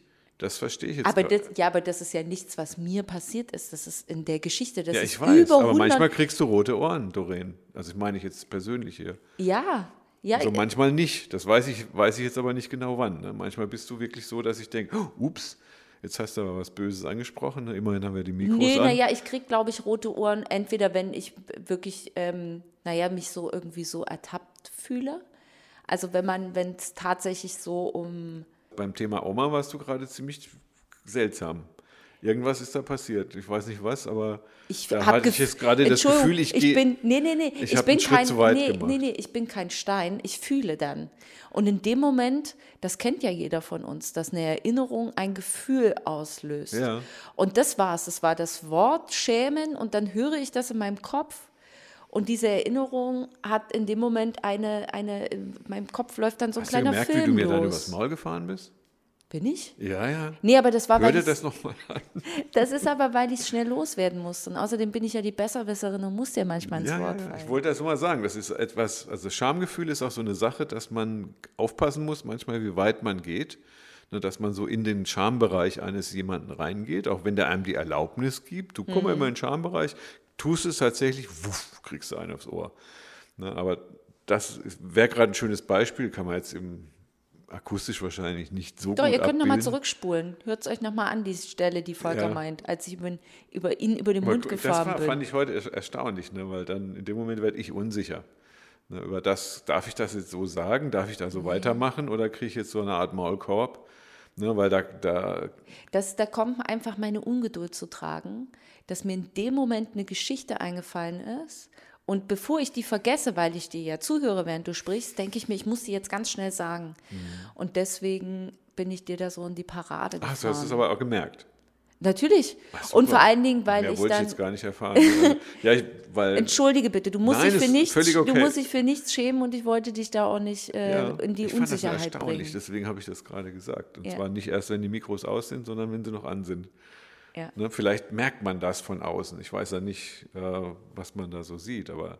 Speaker 3: Das verstehe ich jetzt
Speaker 2: Aber
Speaker 3: grad.
Speaker 2: das, ja, aber das ist ja nichts, was mir passiert ist. Das ist in der Geschichte, das
Speaker 3: Ja,
Speaker 2: ist
Speaker 3: ich weiß,
Speaker 2: über
Speaker 3: aber
Speaker 2: hundert
Speaker 3: manchmal kriegst du rote Ohren, Doreen. Also ich meine ich jetzt persönlich hier.
Speaker 2: Ja, ja.
Speaker 3: Also manchmal nicht. Das weiß ich, weiß ich jetzt aber nicht genau wann. Ne? Manchmal bist du wirklich so, dass ich denke, oh, ups, jetzt hast du aber was Böses angesprochen. Ne? Immerhin haben wir die Mikros
Speaker 2: Nee,
Speaker 3: an.
Speaker 2: naja, ich kriege, glaube ich, rote Ohren, entweder wenn ich wirklich, ähm, naja, mich so irgendwie so ertappt fühle. Also wenn man, wenn es tatsächlich so um...
Speaker 3: Beim Thema Oma warst du gerade ziemlich seltsam. Irgendwas ist da passiert. Ich weiß nicht was, aber
Speaker 2: Ich
Speaker 3: da
Speaker 2: hab
Speaker 3: hatte ich
Speaker 2: gef-
Speaker 3: jetzt gerade das
Speaker 2: Entschuldigung,
Speaker 3: Gefühl, ich
Speaker 2: ich
Speaker 3: gehe...
Speaker 2: bin, nee, nee, nee,
Speaker 3: ich
Speaker 2: ich
Speaker 3: hab
Speaker 2: bin
Speaker 3: einen Schritt
Speaker 2: kein,
Speaker 3: zu weit
Speaker 2: nee,
Speaker 3: gemacht.
Speaker 2: nee, nee, ich bin kein Stein, ich fühle dann. Und in dem Moment, das kennt ja jeder von uns, dass eine Erinnerung ein Gefühl auslöst.
Speaker 3: Ja.
Speaker 2: Und das war's, das war das Wort schämen und dann höre ich das in meinem Kopf. Und diese Erinnerung hat in dem Moment eine, eine in meinem Kopf läuft dann so ein
Speaker 3: Hast du
Speaker 2: kleiner
Speaker 3: gemerkt,
Speaker 2: Film
Speaker 3: wie du mir
Speaker 2: los.
Speaker 3: dann übers Maul gefahren bist?
Speaker 2: Bin ich?
Speaker 3: Ja, ja.
Speaker 2: Nee, aber das war,
Speaker 3: Hör
Speaker 2: weil
Speaker 3: dir
Speaker 2: ich,
Speaker 3: das nochmal an.
Speaker 2: das ist aber, weil ich schnell loswerden musste. Und außerdem bin ich ja die Besserwisserin und muss dir manchmal ins
Speaker 3: Ja, ja,
Speaker 2: Wort
Speaker 3: ja.
Speaker 2: fallen.
Speaker 3: Ich wollte das nur mal sagen. Das ist etwas, also Schamgefühl ist auch so eine Sache, dass man aufpassen muss, manchmal, wie weit man geht. Ne, dass man so in den Schambereich eines jemanden reingeht, auch wenn der einem die Erlaubnis gibt. Du komm mal immer in den Schambereich, tust es tatsächlich, wuff, kriegst du einen aufs Ohr. Ne, aber das wäre gerade ein schönes Beispiel, kann man jetzt im akustisch wahrscheinlich nicht so
Speaker 2: Doch,
Speaker 3: gut
Speaker 2: ihr könnt nochmal
Speaker 3: abbilden.
Speaker 2: zurückspulen. Hört es euch nochmal an, die Stelle, die Volker
Speaker 3: Ja.
Speaker 2: meint, als ich über, über ihn über den
Speaker 3: Aber
Speaker 2: Mund
Speaker 3: das
Speaker 2: gefahren
Speaker 3: war,
Speaker 2: bin.
Speaker 3: fand ich heute er- erstaunlich, ne? Weil dann in dem Moment werde ich unsicher. Ne? Über das, darf ich das jetzt so sagen? Darf ich da so weitermachen oder kriege ich jetzt so eine Art Maulkorb? Ne? Weil da, da
Speaker 2: Das, da kommt einfach meine Ungeduld zu tragen, dass mir in dem Moment eine Geschichte eingefallen ist. Und bevor ich die vergesse, weil ich dir ja zuhöre, während du sprichst, denke ich mir, ich muss die jetzt ganz schnell sagen.
Speaker 3: Mhm.
Speaker 2: Und deswegen bin ich dir da so in die Parade gefahren.
Speaker 3: ach, du hast es aber auch gemerkt.
Speaker 2: Natürlich.
Speaker 3: Ach, super.
Speaker 2: Und vor allen Dingen, weil
Speaker 3: Mehr
Speaker 2: ich
Speaker 3: wollte
Speaker 2: dann...
Speaker 3: ich jetzt gar nicht erfahren. Also, ja, ich, weil,
Speaker 2: Entschuldige bitte, du musst,
Speaker 3: Nein,
Speaker 2: dich für
Speaker 3: ist
Speaker 2: nichts,
Speaker 3: völlig okay.
Speaker 2: du musst dich für nichts schämen und ich wollte dich da auch nicht äh,
Speaker 3: ja,
Speaker 2: in die
Speaker 3: ich fand das so
Speaker 2: Unsicherheit
Speaker 3: erstaunlich,
Speaker 2: bringen.
Speaker 3: deswegen habe ich das gerade gesagt. Und
Speaker 2: Ja.
Speaker 3: zwar nicht erst, wenn die Mikros aus sind, sondern wenn sie noch an sind.
Speaker 2: Ja.
Speaker 3: Ne, vielleicht merkt man das von außen. Ich weiß ja nicht, äh, was man da so sieht, aber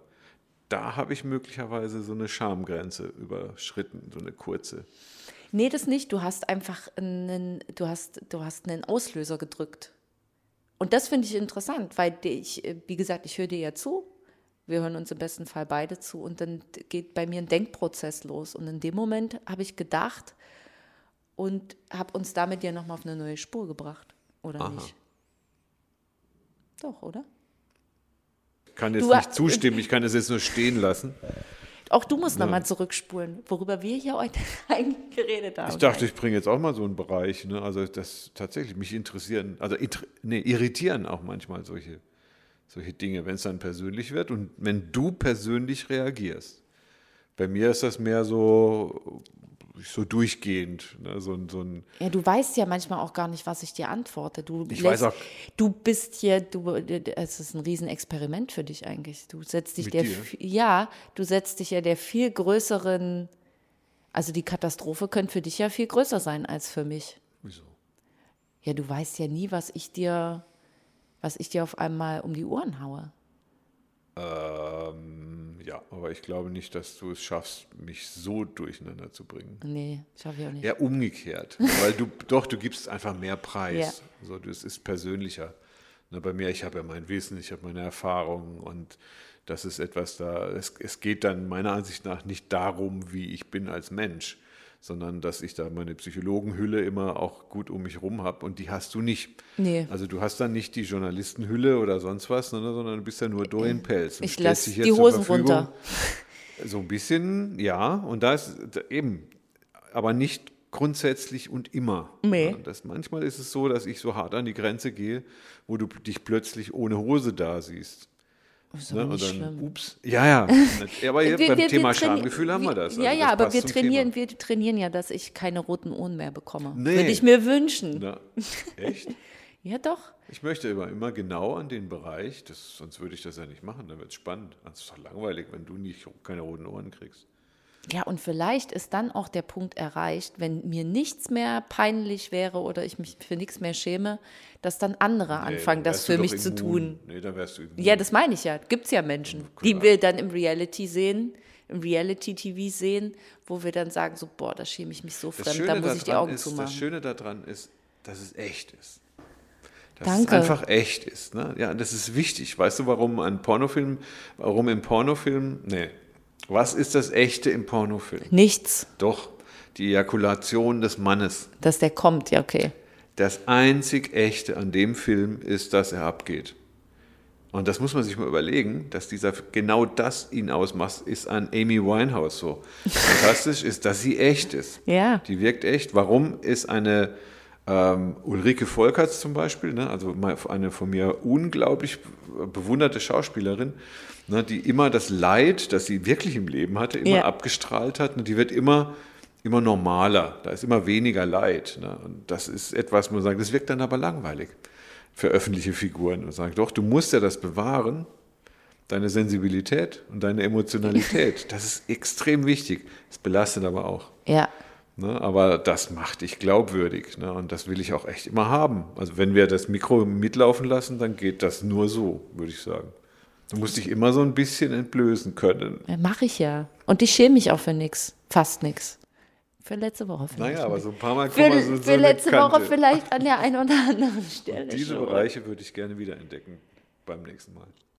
Speaker 3: da habe ich möglicherweise so eine Schamgrenze überschritten, so eine kurze.
Speaker 2: Nee, das nicht. Du hast einfach einen, du hast, du hast einen Auslöser gedrückt. Und das finde ich interessant, weil ich, wie gesagt, ich höre dir ja zu. Wir hören uns im besten Fall beide zu und dann geht bei mir ein Denkprozess los. Und in dem Moment habe ich gedacht und habe uns damit ja nochmal auf eine neue Spur gebracht. Oder
Speaker 3: Aha.
Speaker 2: nicht? Doch, oder?
Speaker 3: Ich kann jetzt
Speaker 2: Du-
Speaker 3: nicht zustimmen, ich kann es jetzt nur stehen lassen.
Speaker 2: Auch du musst
Speaker 3: Ja.
Speaker 2: nochmal zurückspulen, worüber wir hier heute eigentlich geredet haben.
Speaker 3: Ich dachte, ich bringe jetzt auch mal so einen Bereich. Ne? Also das tatsächlich, mich interessieren, also inter, nee, irritieren auch manchmal solche, solche Dinge, wenn es dann persönlich wird und wenn du persönlich reagierst. Bei mir ist das mehr so, so durchgehend. Ne? So, ein- so ein,
Speaker 2: Ja, du weißt ja manchmal auch gar nicht, was ich dir antworte. Du
Speaker 3: Ich
Speaker 2: lässt,
Speaker 3: weiß auch-
Speaker 2: Du bist hier, du, es ist ein Riesenexperiment für dich eigentlich. Du setzt dich
Speaker 3: Mit
Speaker 2: der,
Speaker 3: dir?
Speaker 2: f- ja, du setzt dich ja der viel größeren, also die Katastrophe könnte für dich ja viel größer sein als für mich.
Speaker 3: wieso?
Speaker 2: Ja, du weißt ja nie, was ich dir, was ich dir auf einmal um die Ohren haue.
Speaker 3: Ähm, ja, aber ich glaube nicht, dass du es schaffst, mich so durcheinander zu bringen.
Speaker 2: Nee, schaffe ich auch nicht.
Speaker 3: Eher umgekehrt, weil du doch, du gibst einfach mehr Preis.
Speaker 2: Ja.
Speaker 3: So, das ist persönlicher. Na, bei mir, ich habe ja mein Wissen, ich habe meine Erfahrungen und das ist etwas da, es, es geht dann meiner Ansicht nach nicht darum, wie ich bin als Mensch, sondern dass ich da meine Psychologenhülle immer auch gut um mich rum habe und die hast du nicht.
Speaker 2: Nee.
Speaker 3: Also du hast dann nicht die Journalistenhülle oder sonst was, ne, sondern du bist ja nur Dorian Pelz. und
Speaker 2: Ich
Speaker 3: stellst
Speaker 2: lasse
Speaker 3: dich jetzt
Speaker 2: die
Speaker 3: zur
Speaker 2: Hosen
Speaker 3: Verfügung.
Speaker 2: runter.
Speaker 3: So ein bisschen, ja, und da ist da eben, aber nicht grundsätzlich und immer.
Speaker 2: Nee.
Speaker 3: Ja, das, manchmal ist es so, dass ich so hart an die Grenze gehe, wo du dich plötzlich ohne Hose da siehst.
Speaker 2: Ist
Speaker 3: Ne?
Speaker 2: aber
Speaker 3: Und
Speaker 2: nicht
Speaker 3: dann,
Speaker 2: schlimm.
Speaker 3: ups, ja, ja. Aber
Speaker 2: Wir-
Speaker 3: beim
Speaker 2: wir-
Speaker 3: Thema
Speaker 2: wir traini-
Speaker 3: Schamgefühl haben wir das.
Speaker 2: Ja,
Speaker 3: Also
Speaker 2: ja,
Speaker 3: das
Speaker 2: aber
Speaker 3: passt
Speaker 2: wir
Speaker 3: zum
Speaker 2: trainieren,
Speaker 3: Thema.
Speaker 2: wir trainieren ja, dass ich keine roten Ohren mehr bekomme.
Speaker 3: Nee.
Speaker 2: Würde ich mir wünschen.
Speaker 3: Na, echt?
Speaker 2: Ja, doch.
Speaker 3: Ich möchte immer, immer genau an den Bereich, das, sonst würde ich das ja nicht machen, dann wird es spannend. Das ist doch langweilig, wenn du nicht keine roten Ohren kriegst.
Speaker 2: Ja, und vielleicht ist dann auch der Punkt erreicht, wenn mir nichts mehr peinlich wäre oder ich mich für nichts mehr schäme, dass dann andere
Speaker 3: Nee,
Speaker 2: anfangen,
Speaker 3: dann
Speaker 2: das
Speaker 3: wärst du
Speaker 2: für
Speaker 3: doch
Speaker 2: mich zu
Speaker 3: immun.
Speaker 2: tun.
Speaker 3: Nee, dann wärst du immun.
Speaker 2: Ja, das meine ich ja. Gibt es ja Menschen, die
Speaker 3: Klar.
Speaker 2: wir dann im Reality sehen, im Reality-T V sehen, wo wir dann sagen so, boah, da schäme ich mich so
Speaker 3: Das
Speaker 2: fremd,
Speaker 3: Schöne
Speaker 2: da muss ich die
Speaker 3: daran
Speaker 2: Augen
Speaker 3: ist,
Speaker 2: zumachen.
Speaker 3: Das Schöne daran ist, dass es echt ist. Dass
Speaker 2: Danke.
Speaker 3: es einfach echt ist. Ne? Ja, das ist wichtig. Weißt du, warum ein Pornofilm, warum im Pornofilm, nee, was ist das Echte im Pornofilm?
Speaker 2: Nichts,
Speaker 3: Doch, die Ejakulation des Mannes.
Speaker 2: dass der kommt, ja, okay.
Speaker 3: Das einzig Echte an dem Film ist, dass er abgeht. Und das muss man sich mal überlegen, dass dieser genau das ihn ausmacht, ist an Amy Winehouse so. Fantastisch ist, dass sie echt ist.
Speaker 2: Ja.
Speaker 3: Die wirkt echt. Warum ist eine ähm, Ulrike Volkerts zum Beispiel, ne, also eine von mir unglaublich bewunderte Schauspielerin, ne, die immer das Leid, das sie wirklich im Leben hatte, immer
Speaker 2: Ja.
Speaker 3: abgestrahlt hat. Ne, die wird immer, immer normaler. Da ist immer weniger Leid. Ne, und das ist etwas, wo man sagt, das wirkt dann aber langweilig für öffentliche Figuren und sagen, doch, du musst ja das bewahren, deine Sensibilität und deine Emotionalität. Das ist extrem wichtig. Das belastet aber auch.
Speaker 2: Ja.
Speaker 3: Ne, aber das macht dich glaubwürdig. Ne, und das will ich auch echt immer haben. Also wenn wir das Mikro mitlaufen lassen, dann geht das nur so, würde ich sagen. Du musst dich immer so ein bisschen entblößen können.
Speaker 2: Ja, mache ich ja. Und ich schäme mich auch für nichts. Fast nichts. Für letzte Woche vielleicht.
Speaker 3: Naja, aber so ein paar Mal
Speaker 2: Für,
Speaker 3: kommen wir so, so
Speaker 2: für
Speaker 3: eine
Speaker 2: letzte
Speaker 3: Kante.
Speaker 2: Woche vielleicht an der einen oder anderen Stelle.
Speaker 3: Diese
Speaker 2: schon.
Speaker 3: Bereiche würde ich gerne wiederentdecken beim nächsten Mal.